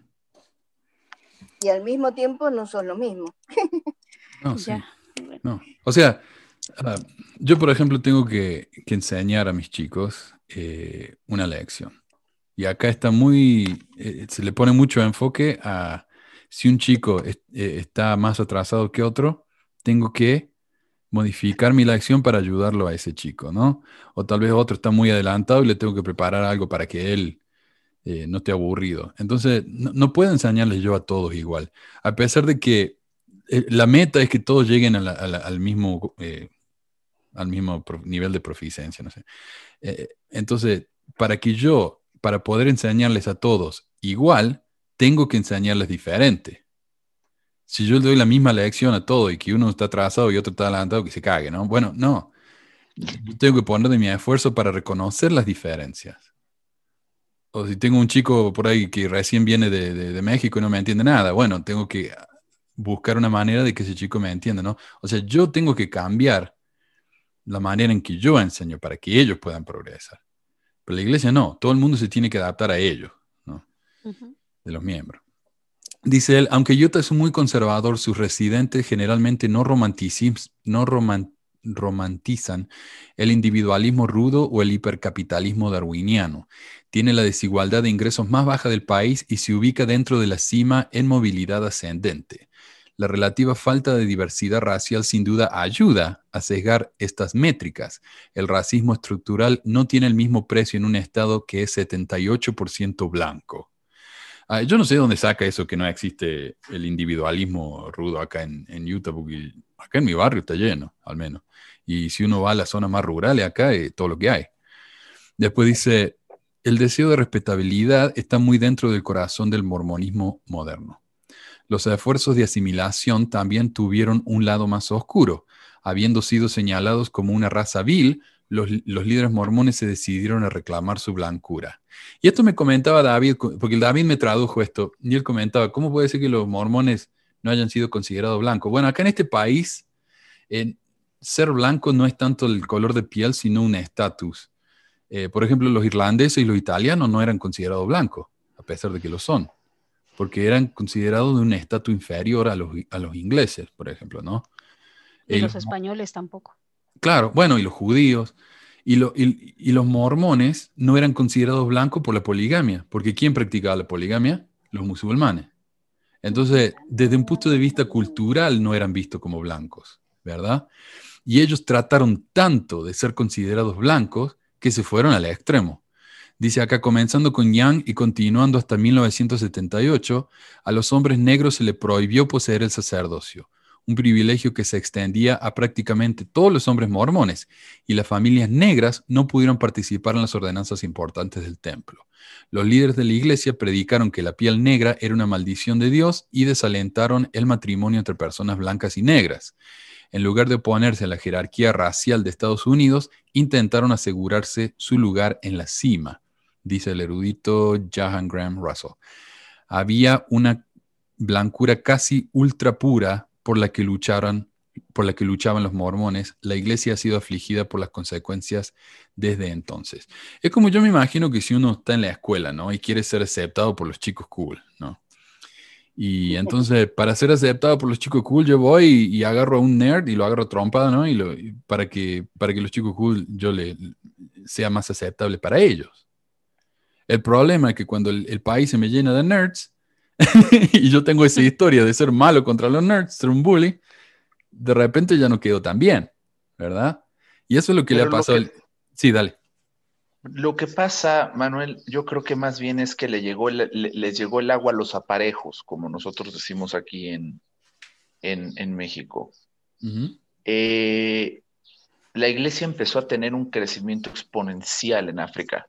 Y al mismo tiempo no son lo mismo. No, sí. Ya, bueno. No. O sea, ah, yo, por ejemplo, tengo que, que enseñar a mis chicos eh, una lección. Y acá está muy, eh, se le pone mucho enfoque a si un chico es- eh, está más atrasado que otro, tengo que modificar mi lección para ayudarlo a ese chico, ¿no? O tal vez otro está muy adelantado y le tengo que preparar algo para que él eh, no esté aburrido. Entonces, no, no puedo enseñarles yo a todos igual, a pesar de que eh, la meta es que todos lleguen a la- a la- al mismo, eh, al mismo pro- nivel de proficiencia, no sé. Eh, entonces, para que yo, para poder enseñarles a todos igual, tengo que enseñarles diferente. Si yo le doy la misma lección a todo y que uno está atrasado y otro está adelantado, que se cague, ¿no? Bueno, no. Yo tengo que poner de mi esfuerzo para reconocer las diferencias. O si tengo un chico por ahí que recién viene de, de- de México y no me entiende nada, bueno, tengo que buscar una manera de que ese chico me entienda, ¿no? O sea, yo tengo que cambiar la manera en que yo enseño para que ellos puedan progresar. Pero la iglesia no, todo el mundo se tiene que adaptar a ellos, ¿no? Ujú. De los miembros. Dice él, aunque Utah es muy conservador, sus residentes generalmente no, romanticis- no roman- romantizan el individualismo rudo o el hipercapitalismo darwiniano. Tiene la desigualdad de ingresos más baja del país y se ubica dentro de la cima en movilidad ascendente. La relativa falta de diversidad racial sin duda ayuda a sesgar estas métricas. El racismo estructural no tiene el mismo precio en un estado que es setenta y ocho por ciento blanco. Ah, yo no sé dónde saca eso que no existe el individualismo rudo acá en, en Utah, porque acá en mi barrio está lleno, al menos. Y si uno va a las zonas más rurales, acá es todo lo que hay. Después dice, el deseo de respetabilidad está muy dentro del corazón del mormonismo moderno. Los esfuerzos de asimilación también tuvieron un lado más oscuro. Habiendo sido señalados como una raza vil, los, los líderes mormones se decidieron a reclamar su blancura. Y esto me comentaba David, porque David me tradujo esto, y él comentaba, ¿cómo puede ser que los mormones no hayan sido considerados blancos? Bueno, acá en este país, eh, ser blanco no es tanto el color de piel, sino un estatus. Eh, por ejemplo, los irlandeses y los italianos no eran considerados blancos, a pesar de que lo son, porque eran considerados de un estatus inferior a los, a los ingleses, por ejemplo, ¿no? Y Y los los- españoles tampoco. claro, bueno, y los judíos, y, lo- y- y los mormones no eran considerados blancos por la poligamia, porque ¿quién practicaba la poligamia? Los musulmanes. Entonces, desde un punto de vista cultural, no eran vistos como blancos, ¿verdad? Y ellos trataron tanto de ser considerados blancos que se fueron al extremo. Dice acá, comenzando con Young y continuando hasta mil novecientos setenta y ocho, a los hombres negros se les prohibió poseer el sacerdocio. un privilegio que se extendía a prácticamente todos los hombres mormones, y las familias negras no pudieron participar en las ordenanzas importantes del templo. Los líderes de la iglesia predicaron que la piel negra era una maldición de Dios y desalentaron el matrimonio entre personas blancas y negras. En lugar de oponerse a la jerarquía racial de Estados Unidos, intentaron asegurarse su lugar en la cima, dice el erudito Jahan Graham Russell. Había una blancura casi ultra pura por la que lucharon, por la que luchaban los mormones. La iglesia ha sido afligida por las consecuencias desde entonces. Es como yo me imagino que si uno está en la escuela, ¿no? Y quiere ser aceptado por los chicos cool, ¿no? Y entonces, para ser aceptado por los chicos cool, yo voy y, y agarro a un nerd y lo agarro trompada, ¿no? Y lo, y para, que, para que los chicos cool yo le sea más aceptable para ellos. El problema es que cuando el, el país se me llena de nerds y yo tengo esa historia de ser malo contra los nerds, ser un bully, de repente ya no quedo tan bien, ¿verdad? Y eso es lo que Pero le ha pasado. que... al... Sí, dale. Lo que pasa, Manuel, yo creo que más bien es que le llegó el, le, les llegó el agua a los aparejos, como nosotros decimos aquí en, en, en México. Uh-huh. Eh, la iglesia empezó a tener un crecimiento exponencial en África.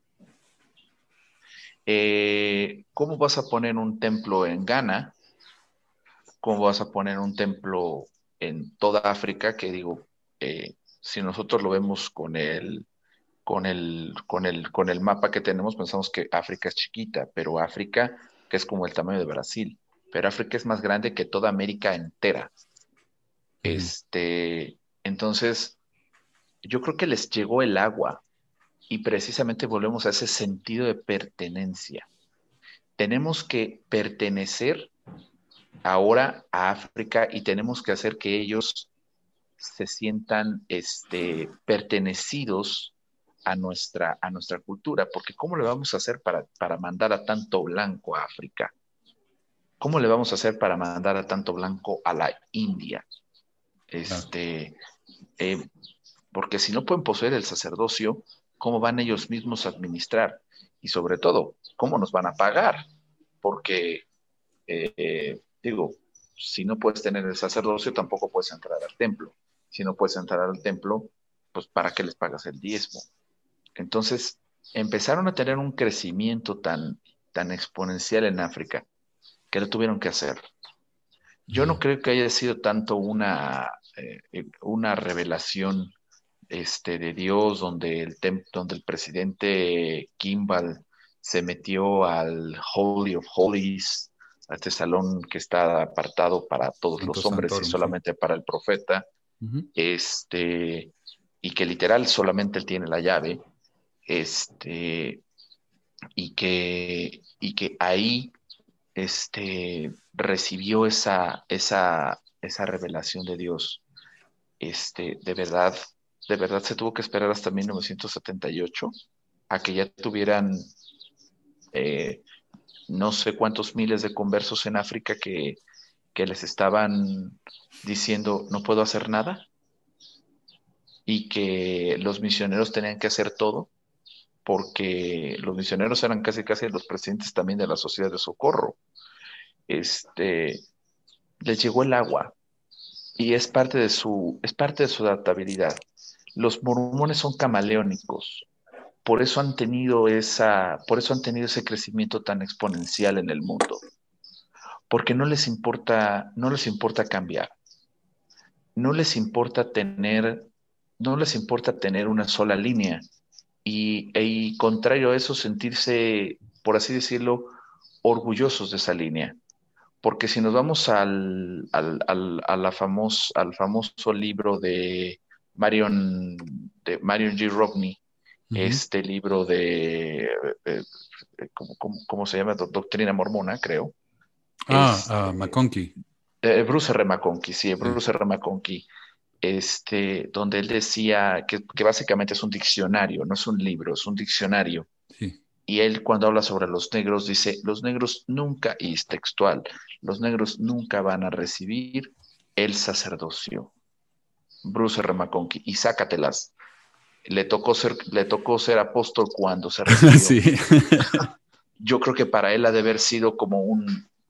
Eh, ¿Cómo vas a poner un templo en Ghana? ¿Cómo vas a poner un templo en toda África? Que digo, eh, si nosotros lo vemos con el... Con el, con, el, con el mapa que tenemos, pensamos que África es chiquita, pero África, que es como el tamaño de Brasil, pero África es más grande que toda América entera. Mm. Este, entonces, yo creo que les llegó el agua y precisamente volvemos a ese sentido de pertenencia. Tenemos que pertenecer ahora a África y tenemos que hacer que ellos se sientan este, pertenecidos a nuestra, a nuestra cultura, porque ¿cómo le vamos a hacer para, para mandar a tanto blanco a África? ¿Cómo le vamos a hacer para mandar a tanto blanco a la India? Este, eh, porque si no pueden poseer el sacerdocio, ¿cómo van ellos mismos a administrar? Y sobre todo, ¿cómo nos van a pagar? Porque, eh, eh, digo, si no puedes tener el sacerdocio, tampoco puedes entrar al templo. Si no puedes entrar al templo, pues ¿para qué les pagas el diezmo? Entonces, empezaron a tener un crecimiento tan, tan exponencial en África que lo tuvieron que hacer. Yo no creo que haya sido tanto una, eh, una revelación este, de Dios donde el, tem- donde el presidente Kimball se metió al Holy of Holies, a este salón que está apartado para todos Santo los hombres Santorum, y solamente sí. para el profeta, uh-huh. este, y que literal solamente él tiene la llave. Este, y que, y que ahí este, recibió esa, esa, esa revelación de Dios. Este, de verdad, de verdad se tuvo que esperar hasta mil novecientos setenta y ocho a que ya tuvieran eh, no sé cuántos miles de conversos en África que, que les estaban diciendo no puedo hacer nada y que los misioneros tenían que hacer todo, porque los misioneros eran casi casi los presidentes también de la Sociedad de Socorro. Este, les llegó el agua y es parte de su, es parte de su adaptabilidad. Los mormones son camaleónicos, por eso han tenido esa, por eso han tenido ese crecimiento tan exponencial en el mundo, porque no les importa, no les importa cambiar, no les importa tener, no les importa tener una sola línea. Y, y contrario a eso, sentirse, por así decirlo, orgullosos de esa línea. Porque si nos vamos al, al, al, a la famos, al famoso libro de Marion, de Marion G. Rockney, uh-huh. este libro de, eh, ¿cómo, cómo, cómo se llama? Doctrina Mormona, creo. Ah, es, uh, McConkie. Eh, Bruce R. McConkie, sí, Bruce sí. R. McConkie. Este, donde él decía que, que básicamente es un diccionario, no es un libro, es un diccionario. Sí. Y él cuando habla sobre los negros dice, los negros nunca, y es textual, los negros nunca van a recibir el sacerdocio. Bruce R. McConkie, y sácatelas. Le tocó ser, le tocó ser apóstol cuando se recibió. Sí. Yo creo que para él ha de haber sido como un,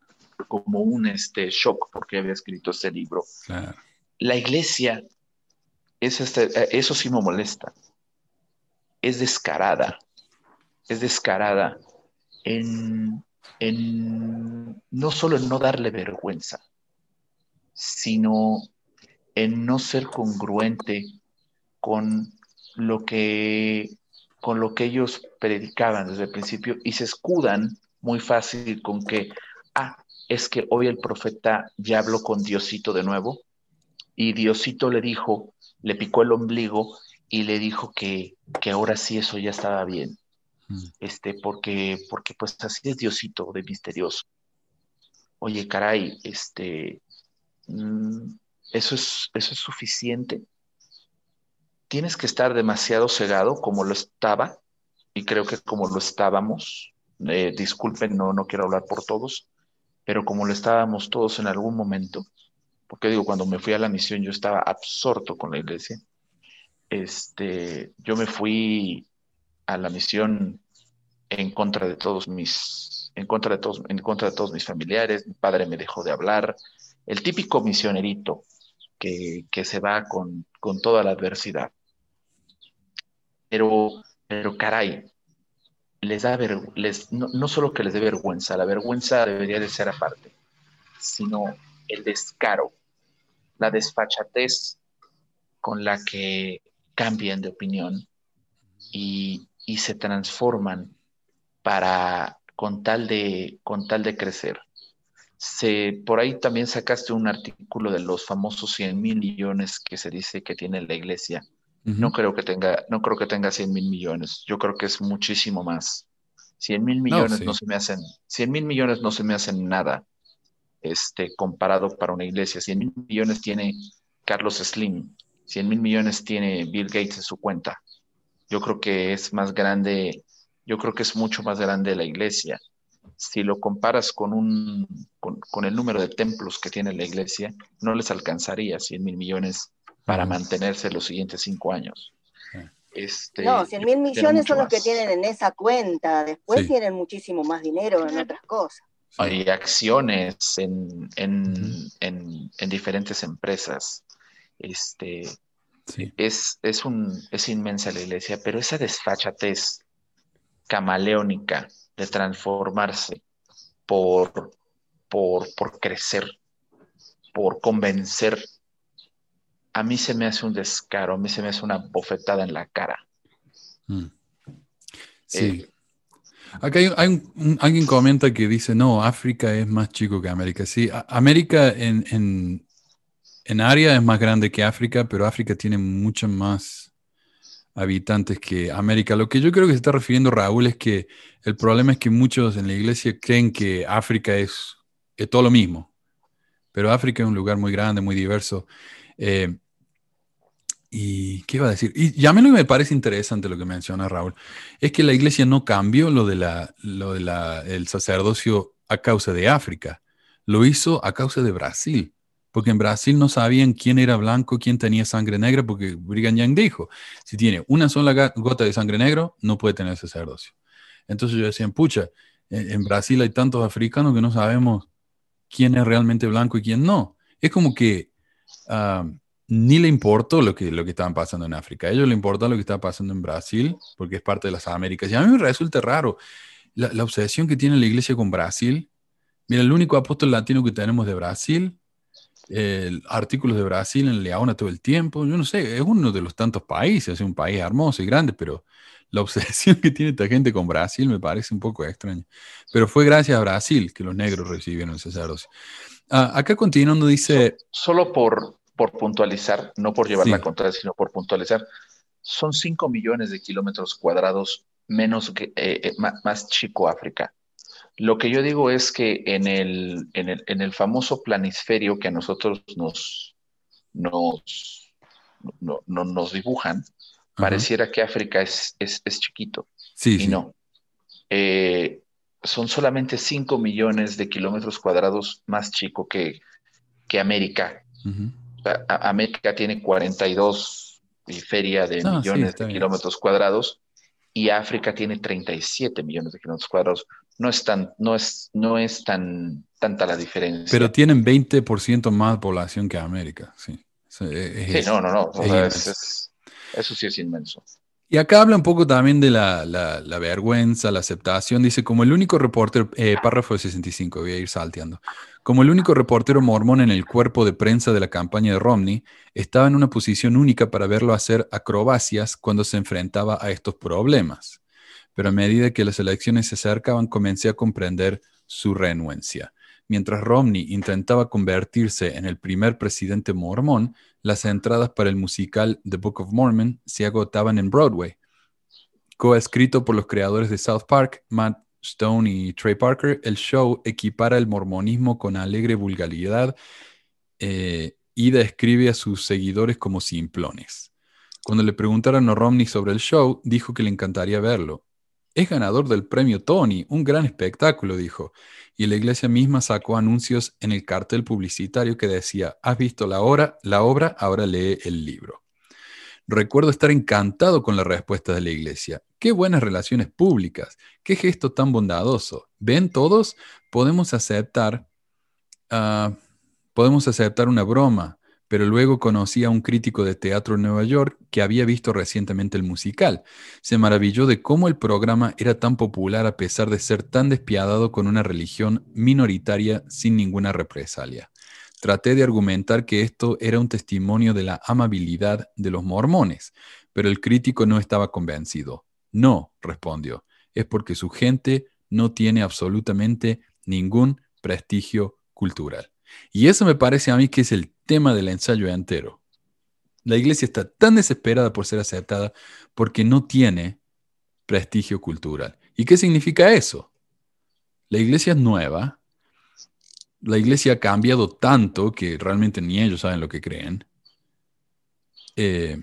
como un este, shock porque había escrito este libro. Claro. La iglesia, es este, eso sí me molesta, es descarada, es descarada en, en no solo en no darle vergüenza, sino en no ser congruente con lo que, con lo que ellos predicaban desde el principio y se escudan muy fácil con que, ah, es que hoy el profeta ya habló con Diosito de nuevo y Diosito le dijo, le picó el ombligo y le dijo que, que ahora sí eso ya estaba bien. Mm. Este, porque, porque pues así es Diosito de misterioso. Oye, caray, este, mmm, eso es, eso es suficiente. Tienes que estar demasiado cegado como lo estaba, y creo que como lo estábamos, eh, disculpen, no, no quiero hablar por todos, pero como lo estábamos todos en algún momento, porque digo, cuando me fui a la misión yo estaba absorto con la iglesia, este, yo me fui a la misión en contra de todos mis, en contra de todos, en contra de todos mis familiares, mi padre me dejó de hablar, el típico misionerito que, que se va con, con toda la adversidad. Pero, pero caray, les da ver, les, no, no solo que les dé vergüenza, la vergüenza debería de ser aparte, sino el descaro, la desfachatez con la que cambian de opinión y, y se transforman para, con tal de, con tal de crecer. Se, por ahí también sacaste un artículo de los famosos cien mil millones que se dice que tiene la iglesia. No creo que tenga, no creo que tenga cien mil millones. Yo creo que es muchísimo más. cien mil millones no, sí. no se me hacen, cien mil millones no se me hacen nada, este, comparado para una iglesia. cien mil millones tiene Carlos Slim, cien mil millones tiene Bill Gates en su cuenta. Yo creo que es más grande, yo creo que es mucho más grande la iglesia. Si lo comparas con un, con, con el número de templos que tiene la iglesia, no les alcanzaría cien mil millones para uh-huh. mantenerse los siguientes cinco años. Este, no, cien mil millones son los más. que tienen en esa cuenta, después sí. tienen muchísimo más dinero en otras cosas. Sí. Hay acciones en, en, uh-huh. en, en diferentes empresas. Este, sí. es, es, un, es inmensa la iglesia, pero esa desfachatez camaleónica de transformarse por, por, por crecer, por convencer, a mí se me hace un descaro, a mí se me hace una bofetada en la cara. Mm. Sí. Eh, Acá hay, hay un, un, alguien comenta que dice, no, África es más chico que América. Sí, a, América en, en, en área es más grande que África, pero África tiene muchos más habitantes que América. Lo que yo creo que se está refiriendo Raúl es que el problema es que muchos en la iglesia creen que África es, es todo lo mismo, pero África es un lugar muy grande, muy diverso. Eh, ¿Y qué iba a decir? Y, y a mí lo que me parece interesante lo que menciona Raúl es que la iglesia no cambió lo de la, lo de la, el sacerdocio a causa de África, lo hizo a causa de Brasil. Porque en Brasil no sabían quién era blanco, quién tenía sangre negra, porque Brigham Young dijo, si tiene una sola gota de sangre negra, no puede tener sacerdocio. Entonces yo decía, pucha, en, en Brasil hay tantos africanos que no sabemos quién es realmente blanco y quién no. Es como que uh, ni le importó lo que, lo que estaban pasando en África. A ellos le importa lo que estaba pasando en Brasil, porque es parte de las Américas. Y a mí me resulta raro la, la obsesión que tiene la iglesia con Brasil. Mira, el único apóstol latino que tenemos de Brasil, Eh, artículos de Brasil en Leona todo el tiempo, yo no sé, es uno de los tantos países, es un país hermoso y grande, pero la obsesión que tiene esta gente con Brasil me parece un poco extraña. Pero fue gracias a Brasil que los negros recibieron el sacerdocio. Ah, acá continuando dice... So, solo por, por puntualizar, no por llevar sí. la contraria, sino por puntualizar, son cinco millones de kilómetros cuadrados menos que, eh, eh, más, más chico África. Lo que yo digo es que en el, en el, en el famoso planisferio que a nosotros nos, nos, no, no, nos dibujan, uh-huh. pareciera que África es, es, es chiquito. Sí, y sí. no. Eh, son solamente cinco millones de kilómetros cuadrados más chico que, que América. Uh-huh. O sea, a, América tiene cuarenta y dos y feria de no, millones sí, de bien. kilómetros cuadrados y África tiene treinta y siete millones de kilómetros cuadrados. no es tan, no es, no es tan tanta la diferencia. Pero tienen veinte por ciento más población que América, sí. Es, es, Sí, no, no, no. O es sea, inmenso. es, es, eso sí es inmenso. Y acá habla un poco también de la, la, la vergüenza, la aceptación. Dice, como el único reportero, eh, párrafo de sesenta y cinco, voy a ir salteando. Como el único reportero mormón en el cuerpo de prensa de la campaña de Romney, estaba en una posición única para verlo hacer acrobacias cuando se enfrentaba a estos problemas. Pero a medida que las elecciones se acercaban, comencé a comprender su renuencia. Mientras Romney intentaba convertirse en el primer presidente mormón, las entradas para el musical The Book of Mormon se agotaban en Broadway. Coescrito por los creadores de South Park, Matt Stone y Trey Parker, el show equipara el mormonismo con alegre vulgaridad eh, y describe a sus seguidores como simplones. Cuando le preguntaron a Romney sobre el show, dijo que le encantaría verlo. Es ganador del premio Tony, un gran espectáculo, dijo. Y la iglesia misma sacó anuncios en el cartel publicitario que decía, ¿has visto la obra? La obra, ahora lee el libro. Recuerdo estar encantado con la respuesta de la iglesia. ¡Qué buenas relaciones públicas! ¡Qué gesto tan bondadoso! ¿Ven todos? Podemos aceptar, uh, podemos aceptar una broma, pero luego conocí a un crítico de teatro en Nueva York que había visto recientemente el musical. Se maravilló de cómo el programa era tan popular a pesar de ser tan despiadado con una religión minoritaria sin ninguna represalia. Traté de argumentar que esto era un testimonio de la amabilidad de los mormones, pero el crítico no estaba convencido. No, respondió, es porque su gente no tiene absolutamente ningún prestigio cultural. Y eso me parece a mí que es el tema del ensayo entero. La iglesia está tan desesperada por ser aceptada porque no tiene prestigio cultural. ¿Y qué significa eso? La iglesia es nueva. La iglesia ha cambiado tanto que realmente ni ellos saben lo que creen. Eh,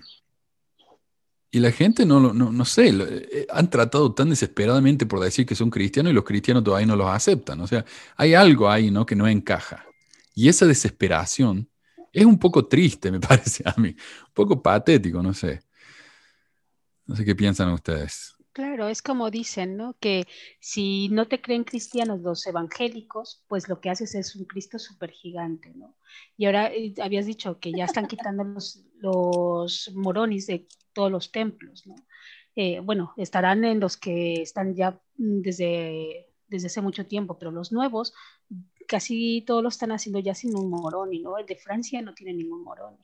y la gente no, no, no sé, lo, eh, han tratado tan desesperadamente por decir que son cristianos y los cristianos todavía no los aceptan. O sea, hay algo ahí, ¿no?, que no encaja. Y esa desesperación es un poco triste, me parece a mí. Un poco patético, no sé. No sé qué piensan ustedes. Claro, es como dicen, ¿no? Que si no te creen cristianos los evangélicos, pues lo que haces es un Cristo súper gigante, ¿no? Y ahora eh, habías dicho que ya están quitando los, los moronis de todos los templos, ¿no? Eh, bueno, estarán en los que están ya mm, desde, desde hace mucho tiempo, pero los nuevos casi todos lo están haciendo ya sin un moroni, ¿no? El de Francia no tiene ningún moroni.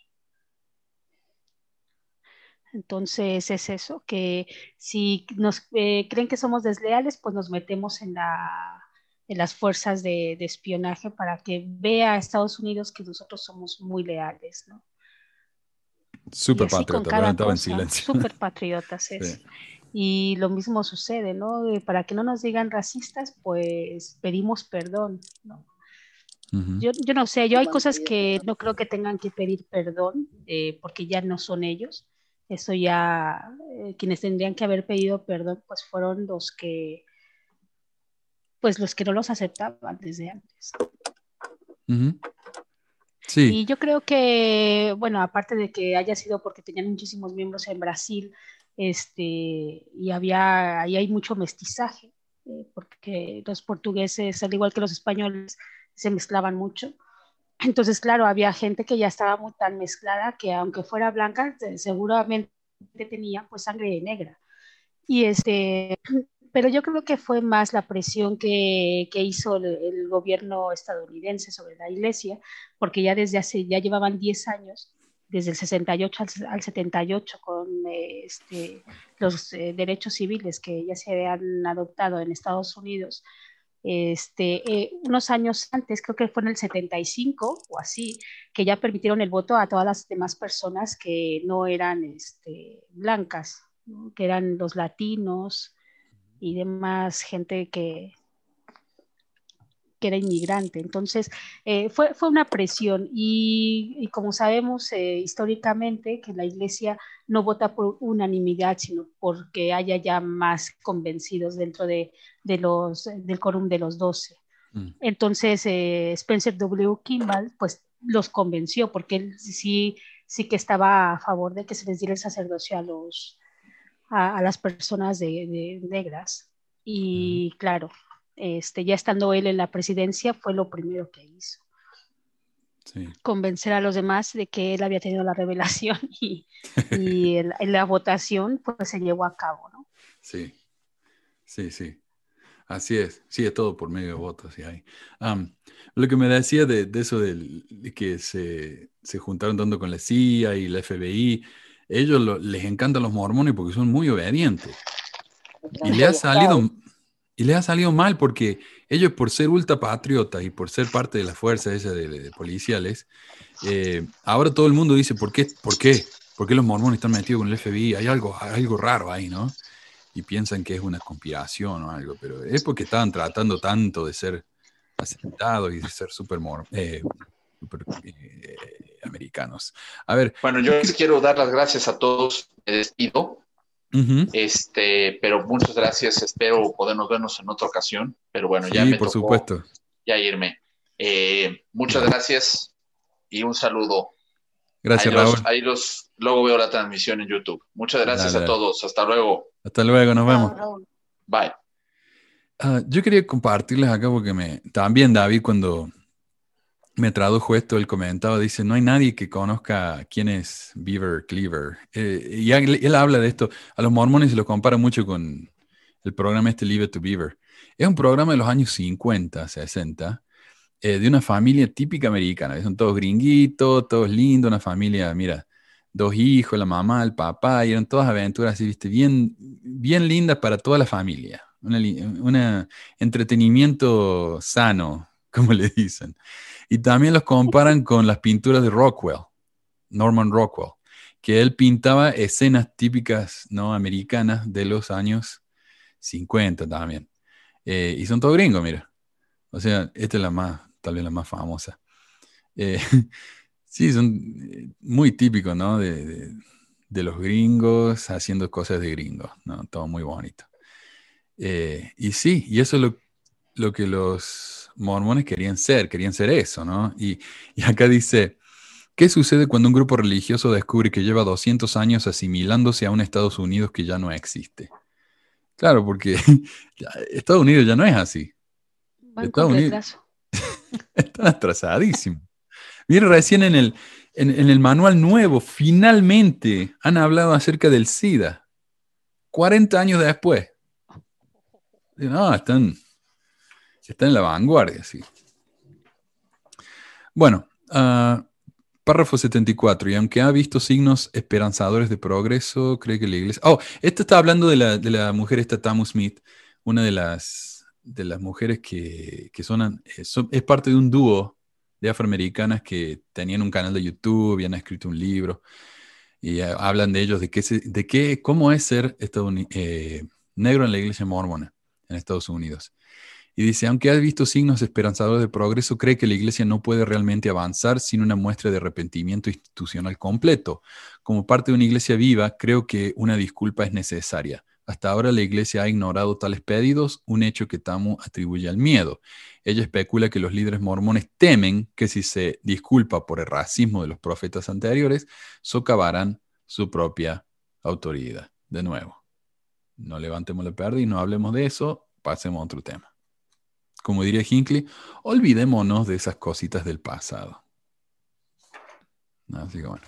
Entonces es eso, que si nos eh, creen que somos desleales, pues nos metemos en, la, en las fuerzas de, de espionaje para que vea a Estados Unidos que nosotros somos muy leales, ¿no? Súper Y así con patriota, cada pero estaba en cosa, silencio. súper patriotas es. Sí. Y lo mismo sucede, ¿no? Eh, Para que no nos digan racistas, pues pedimos perdón, ¿no? Ujú. Yo, yo no sé, yo hay cosas que no creo que tengan que pedir perdón, eh, porque ya no son ellos. Eso ya, eh, quienes tendrían que haber pedido perdón, pues fueron los que, pues los que no los aceptaban desde antes. Ujú. Sí. Y yo creo que, bueno, aparte de que haya sido porque tenían muchísimos miembros en Brasil, este, y había, ahí hay mucho mestizaje, eh, porque los portugueses, al igual que los españoles, se mezclaban mucho. Entonces, claro, había gente que ya estaba muy tan mezclada que aunque fuera blanca, seguramente tenía pues sangre negra. Y este, pero yo creo que fue más la presión que, que hizo el, el, gobierno estadounidense sobre la iglesia, porque ya desde hace, ya llevaban diez años, desde el sesenta y ocho al, al setenta y ocho, con eh, este, los eh, derechos civiles que ya se habían adoptado en Estados Unidos. Este, eh, unos años antes, creo que fue en el setenta y cinco o así, que ya permitieron el voto a todas las demás personas que no eran este, blancas, ¿no? Que eran los latinos y demás gente que, que era inmigrante. Entonces, eh, fue, fue una presión y, y como sabemos eh, históricamente que la iglesia no vota por unanimidad, sino porque haya ya más convencidos dentro de, de los, del quórum de los doce. Mm. Entonces, eh, Spencer W. Kimball, pues, los convenció, porque él sí, sí que estaba a favor de que se les diera el sacerdocio a, los, a, a las personas de, de negras. Y, mm. claro, este, ya estando él en la presidencia, fue lo primero que hizo. Sí. Convencer a los demás de que él había tenido la revelación y, y el, la votación pues se llevó a cabo, ¿no? Sí, sí, sí. Así es. Sí, es todo por medio de votos. Sí hay. Um, lo que me decía de, de eso del- de que se, se juntaron tanto con la C I A y la F B I, ellos lo- les encantan los mormones porque son muy obedientes. Y le ha salido, y le ha salido mal porque ellos, por ser ultrapatriotas y por ser parte de la fuerza esa de, de- de policiales, eh, ahora todo el mundo dice, ¿por qué? ¿Por qué? ¿Por qué los mormones están metidos con el F B I? Hay algo, hay algo raro ahí, ¿no? Y piensan que es una conspiración o algo, pero es porque estaban tratando tanto de ser aceptados y de ser súper eh, super, eh, americanos. A ver. Bueno, yo les quiero dar las gracias a todos. Me despido. Uh-huh. Este, pero muchas gracias. Espero podernos vernos en otra ocasión. Pero bueno, sí, ya me por tocó supuesto. ya irme. Eh, muchas gracias y un saludo. Gracias, ahí los, Raúl. ahí los, luego veo la transmisión en YouTube. Muchas gracias dale, a dale. todos. Hasta luego. Hasta luego, nos vemos. Bye. Uh, yo quería compartirles acá porque me, también David cuando me tradujo esto, él comentaba, dice, no hay nadie que conozca quién es Beaver Cleaver. Eh, y él, él habla de esto, a los mormones se lo compara mucho con el programa este Leave It to Beaver. Es un programa de los años cincuenta, sesenta, eh, de una familia típica americana. Son todos gringuitos, todos lindos, una familia, mira, dos hijos, la mamá, el papá, y eran todas aventuras así, viste, bien, bien lindas para toda la familia. Un una entretenimiento sano, como le dicen. Y también los comparan con las pinturas de Rockwell, Norman Rockwell, que él pintaba escenas típicas, ¿no?, americanas de los años cincuenta también. Eh, y son todos gringos, mira. O sea, esta es la más, tal vez la más famosa. Eh, sí, son muy típicos, ¿no? De, de, de los gringos haciendo cosas de gringos, ¿no? Todo muy bonito. Eh, y sí, y eso es lo, lo que los mormones querían ser, querían ser eso, ¿no? Y, y acá dice, ¿qué sucede cuando un grupo religioso descubre que lleva doscientos años asimilándose a un Estados Unidos que ya no existe? Claro, porque Estados Unidos ya no es así. Van Estados con Unidos retraso. está atrasadísimo. Miren, recién en el, en, en el manual nuevo, finalmente han hablado acerca del SIDA. cuarenta años después. No, están, están en la vanguardia, sí. Bueno, uh, párrafo setenta y cuatro. Y aunque ha visto signos esperanzadores de progreso, cree que la iglesia... Oh, esto está hablando de la, de la mujer esta Tamu Smith, una de las, de las mujeres que, que son, son, es parte de un dúo de afroamericanas que tenían un canal de YouTube, habían escrito un libro, y uh, hablan de ellos, de, qué se, de qué, cómo es ser eh, negro en la iglesia mormona en Estados Unidos. Y dice, aunque ha visto signos esperanzadores de progreso, cree que la iglesia no puede realmente avanzar sin una muestra de arrepentimiento institucional completo. Como parte de una iglesia viva, creo que una disculpa es necesaria. Hasta ahora la iglesia ha ignorado tales pedidos, un hecho que Tamu atribuye al miedo. Ella especula que los líderes mormones temen que si se disculpa por el racismo de los profetas anteriores, socavarán su propia autoridad. De nuevo, no levantemos la perda y no hablemos de eso, pasemos a otro tema. Como diría Hinckley, olvidémonos de esas cositas del pasado. Así que bueno.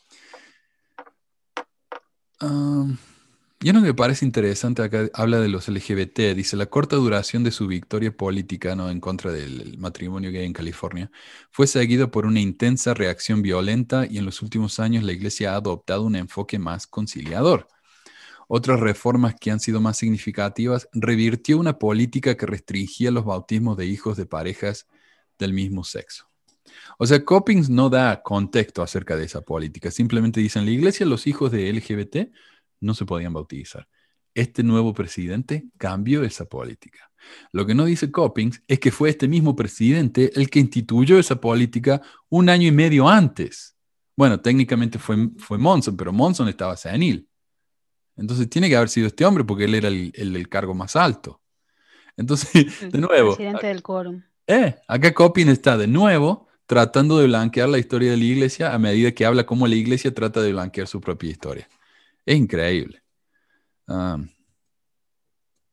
Um, y uno que me parece interesante acá habla de los L G B T. Dice, la corta duración de su victoria política, ¿no?, en contra del matrimonio gay en California fue seguido por una intensa reacción violenta y en los últimos años la iglesia ha adoptado un enfoque más conciliador. Otras reformas que han sido más significativas revirtió una política que restringía los bautismos de hijos de parejas del mismo sexo. O sea, Coppins no da contexto acerca de esa política. Simplemente dice, en la iglesia los hijos de L G B T no se podían bautizar. Este nuevo presidente cambió esa política. Lo que no dice Coppins es que fue este mismo presidente el que instituyó esa política un año y medio antes. Bueno, técnicamente fue, fue Monson, pero Monson estaba senil. Entonces tiene que haber sido este hombre porque él era el, el, el cargo más alto. Entonces, de nuevo. Presidente del quórum. Eh, acá Coppins está de nuevo tratando de blanquear la historia de la iglesia a medida que habla cómo la iglesia trata de blanquear su propia historia. Es increíble. Um,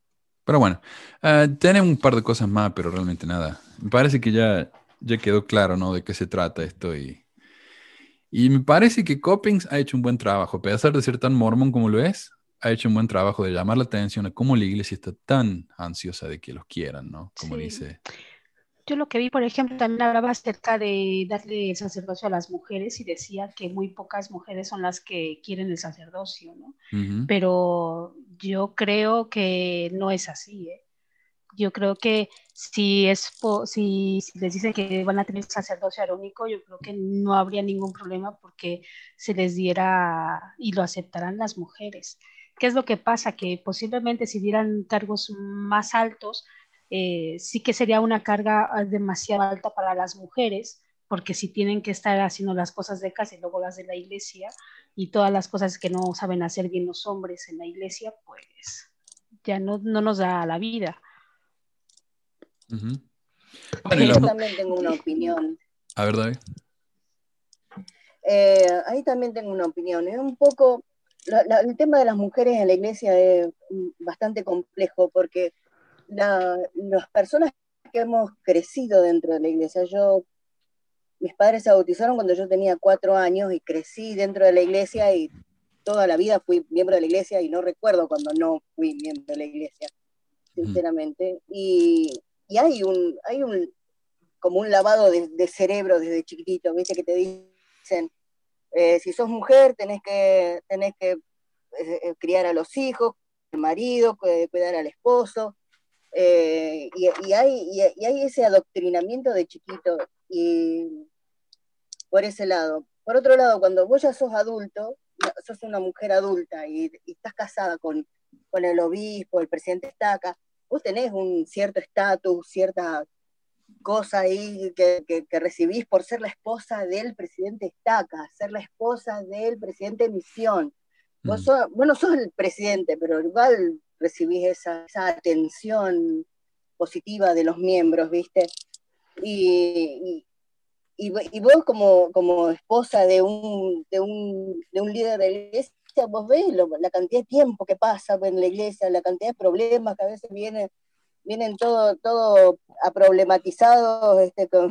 Pero bueno, uh, tenemos un par de cosas más, pero realmente nada. Me parece que ya, ya quedó claro, ¿no? De qué se trata esto. Y, y me parece que Coppings ha hecho un buen trabajo. A pesar de ser tan mormón como lo es, ha hecho un buen trabajo de llamar la atención a cómo la iglesia está tan ansiosa de que los quieran, ¿no? Como Sí. dice. Yo lo que vi, por ejemplo, también hablaba acerca de darle el sacerdocio a las mujeres y decía que muy pocas mujeres son las que quieren el sacerdocio, ¿no? Uh-huh. Pero yo creo que no es así, ¿eh? Yo creo que si, es po- si, si les dicen que van a tener sacerdocio arónico, yo creo que no habría ningún problema porque se les diera y lo aceptarán las mujeres. ¿Qué es lo que pasa? Que posiblemente si dieran cargos más altos, eh, sí que sería una carga demasiado alta para las mujeres, porque si tienen que estar haciendo las cosas de casa y luego las de la iglesia y todas las cosas que no saben hacer bien los hombres en la iglesia, pues ya no, no nos da la vida. Uh-huh. Bueno, yo también tengo una opinión. A ver, David. Eh, ahí también tengo una opinión. Es un poco, la, la, el tema de las mujeres en la iglesia es bastante complejo porque la, las personas que hemos crecido dentro de la iglesia, yo, mis padres se bautizaron cuando yo tenía cuatro años y crecí dentro de la iglesia y toda la vida fui miembro de la iglesia y no recuerdo cuando no fui miembro de la iglesia, sinceramente. Y, y hay un, hay un, como un lavado de, de cerebro desde chiquitito, ¿viste? Que te dicen, eh, si sos mujer tenés que, tenés que eh, criar a los hijos, el marido, cuidar al esposo, eh, y, y, hay, y, y hay ese adoctrinamiento de chiquito, y por ese lado. Por otro lado, cuando vos ya sos adulto, sos una mujer adulta y, y estás casada con, con el obispo, el presidente Estaca, vos tenés un cierto estatus, cierta cosa ahí que, que, que recibís por ser la esposa del presidente Estaca, ser la esposa del presidente Misión. Mm. Vos, sos, vos no sos el presidente, pero igual recibís esa, esa atención positiva de los miembros, ¿viste? Y, y, y vos como, como esposa de un, de, un, de un líder de la iglesia, vos ves lo, la cantidad de tiempo que pasa en la iglesia, la cantidad de problemas que a veces vienen, vienen todo, todo aproblematizados este, con,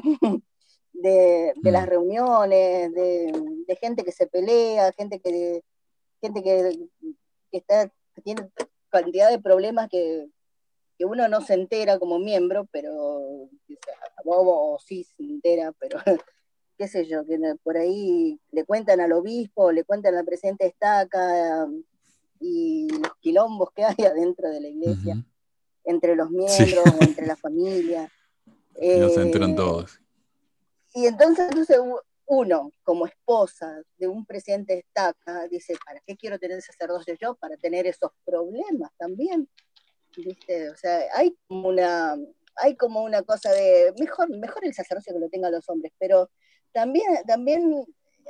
de, de mm. las reuniones, de, de gente que se pelea, gente que, gente que, que, está, que tiene cantidad de problemas que, que uno no se entera como miembro, pero o sea, bobo o sí se entera, pero qué sé yo, que por ahí le cuentan al obispo, le cuentan al presidente Estaca y los quilombos que hay adentro de la iglesia, uh-huh. entre los miembros sí. o entre la familia. Y no se enteran todos. Y entonces, entonces uno, como esposa de un presidente Estaca, dice, ¿para qué quiero tener sacerdocio yo? Para tener esos problemas también. ¿Viste? O sea, hay como una, hay como una cosa de, mejor, mejor el sacerdocio que lo tengan los hombres, pero también, también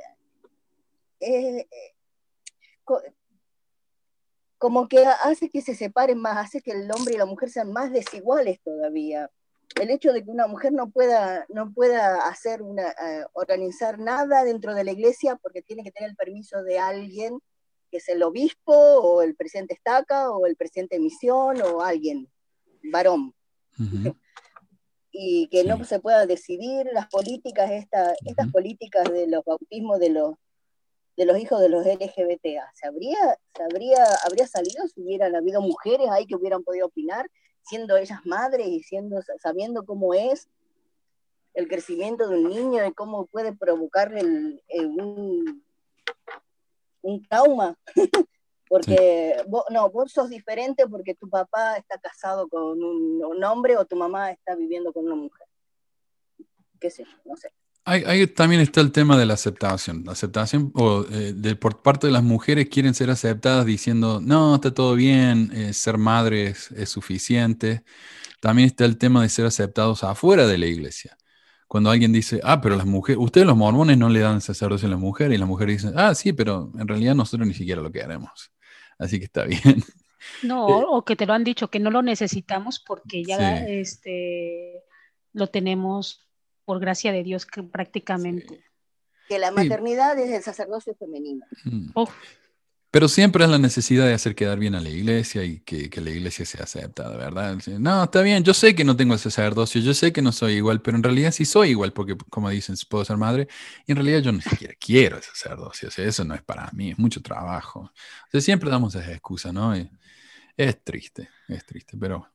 eh, co, como que hace que se separen más, hace que el hombre y la mujer sean más desiguales todavía. El hecho de que una mujer no pueda, no pueda hacer una, uh, organizar nada dentro de la iglesia porque tiene que tener el permiso de alguien, que es el obispo, o el presidente Estaca, o el presidente de misión, o alguien, varón. Uh-huh. Y que sí. no se pueda decidir las políticas, esta, uh-huh. estas políticas de los bautismos de los, de los hijos de los L G B T A. ¿Se habría, se habría, habría salido si hubieran habido mujeres ahí que hubieran podido opinar, siendo ellas madres y siendo, sabiendo cómo es el crecimiento de un niño y cómo puede provocarle el, el, un... un trauma, porque sí. vos, no, vos sos diferente porque tu papá está casado con un, un hombre o tu mamá está viviendo con una mujer. Qué sé yo, no sé. Ahí, ahí también está el tema de la aceptación. La aceptación o, eh, de, por parte de las mujeres quieren ser aceptadas diciendo, no, está todo bien, eh, ser madre es, es suficiente. También está el tema de ser aceptados afuera de la iglesia. Cuando alguien dice, ah, pero las mujeres, ustedes los mormones no le dan sacerdocio a las mujeres, y las mujeres dicen, ah, sí, pero en realidad nosotros ni siquiera lo queremos. Así que está bien. No, eh, o que te lo han dicho, que no lo necesitamos porque ya sí. este, lo tenemos por gracia de Dios que prácticamente. Sí. Que la maternidad sí. es el sacerdocio femenino. Mm. Oh. Pero siempre es la necesidad de hacer quedar bien a la iglesia y que, que la iglesia sea aceptada, ¿verdad? No, está bien, yo sé que no tengo el sacerdocio, yo sé que no soy igual, pero en realidad sí soy igual, porque como dicen, puedo ser madre, y en realidad yo ni siquiera quiero el sacerdocio, o sea, eso no es para mí, es mucho trabajo. O sea, siempre damos esas excusas, ¿no? Y es triste, es triste, pero...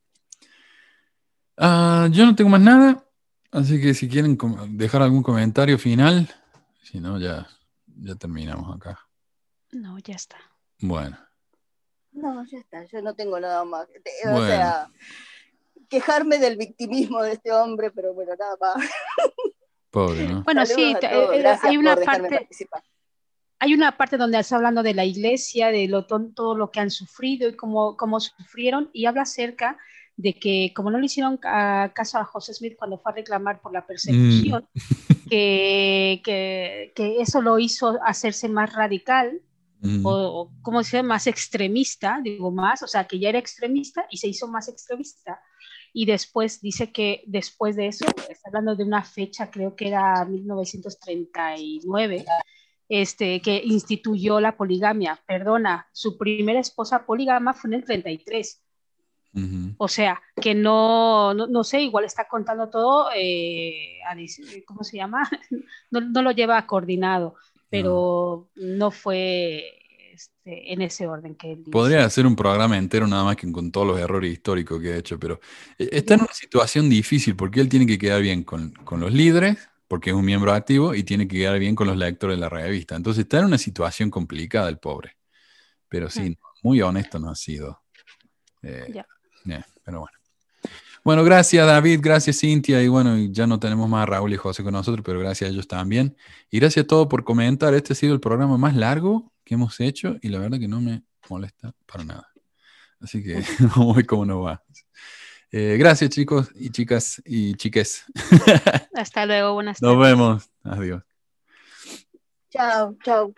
Uh, yo no tengo más nada, así que si quieren dejar algún comentario final, si no, ya, ya terminamos acá. No, ya está. Bueno. No, ya está, yo no tengo nada más. O Bueno. sea, quejarme del victimismo de este hombre, pero bueno, nada más. Pobre, ¿no? Bueno, Saludos sí, a todos. eh, Gracias hay una por dejarme parte, participar. hay una parte donde está hablando de la iglesia, de lo, todo lo que han sufrido y cómo, cómo sufrieron, y habla acerca de que como no le hicieron uh, caso a José Smith cuando fue a reclamar por la persecución, mm. que, que, que eso lo hizo hacerse más radical, mm. o, o ¿cómo se llama? Más extremista, digo más, o sea, que ya era extremista y se hizo más extremista. Y después dice que después de eso, está hablando de una fecha, creo que era mil novecientos treinta y nueve, este, que instituyó la poligamia. Perdona, su primera esposa polígama fue en el treinta y tres. Uh-huh. O sea, que no, no, no sé, igual está contando todo, eh, a, ¿cómo se llama? No, no lo lleva coordinado, pero no, no fue este, en ese orden que él dice. Podría hacer un programa entero nada más que con todos los errores históricos que ha hecho, pero está en una situación difícil porque él tiene que quedar bien con, con los líderes, porque es un miembro activo, y tiene que quedar bien con los lectores de la revista. Entonces está en una situación complicada el pobre. Pero sí, muy honesto no ha sido. Eh, yeah. Yeah, pero bueno. Bueno, gracias David, gracias Cintia, y bueno, ya no tenemos más a Raúl y José con nosotros, pero gracias a ellos también. Y gracias a todos por comentar. Este ha sido el programa más largo que hemos hecho y la verdad que no me molesta para nada. Así que vamos a ver cómo nos va. Eh, gracias chicos y chicas y chiques. Hasta luego, buenas tardes. Nos vemos. Adiós. Chao, chao.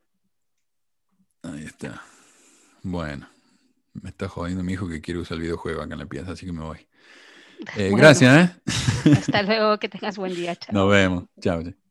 Ahí está. Bueno, me está jodiendo mi hijo que quiere usar el videojuego acá en la pieza, así que me voy. Eh, bueno, gracias, ¿eh? Hasta luego, que tengas buen día. Chao. Nos vemos. Chao.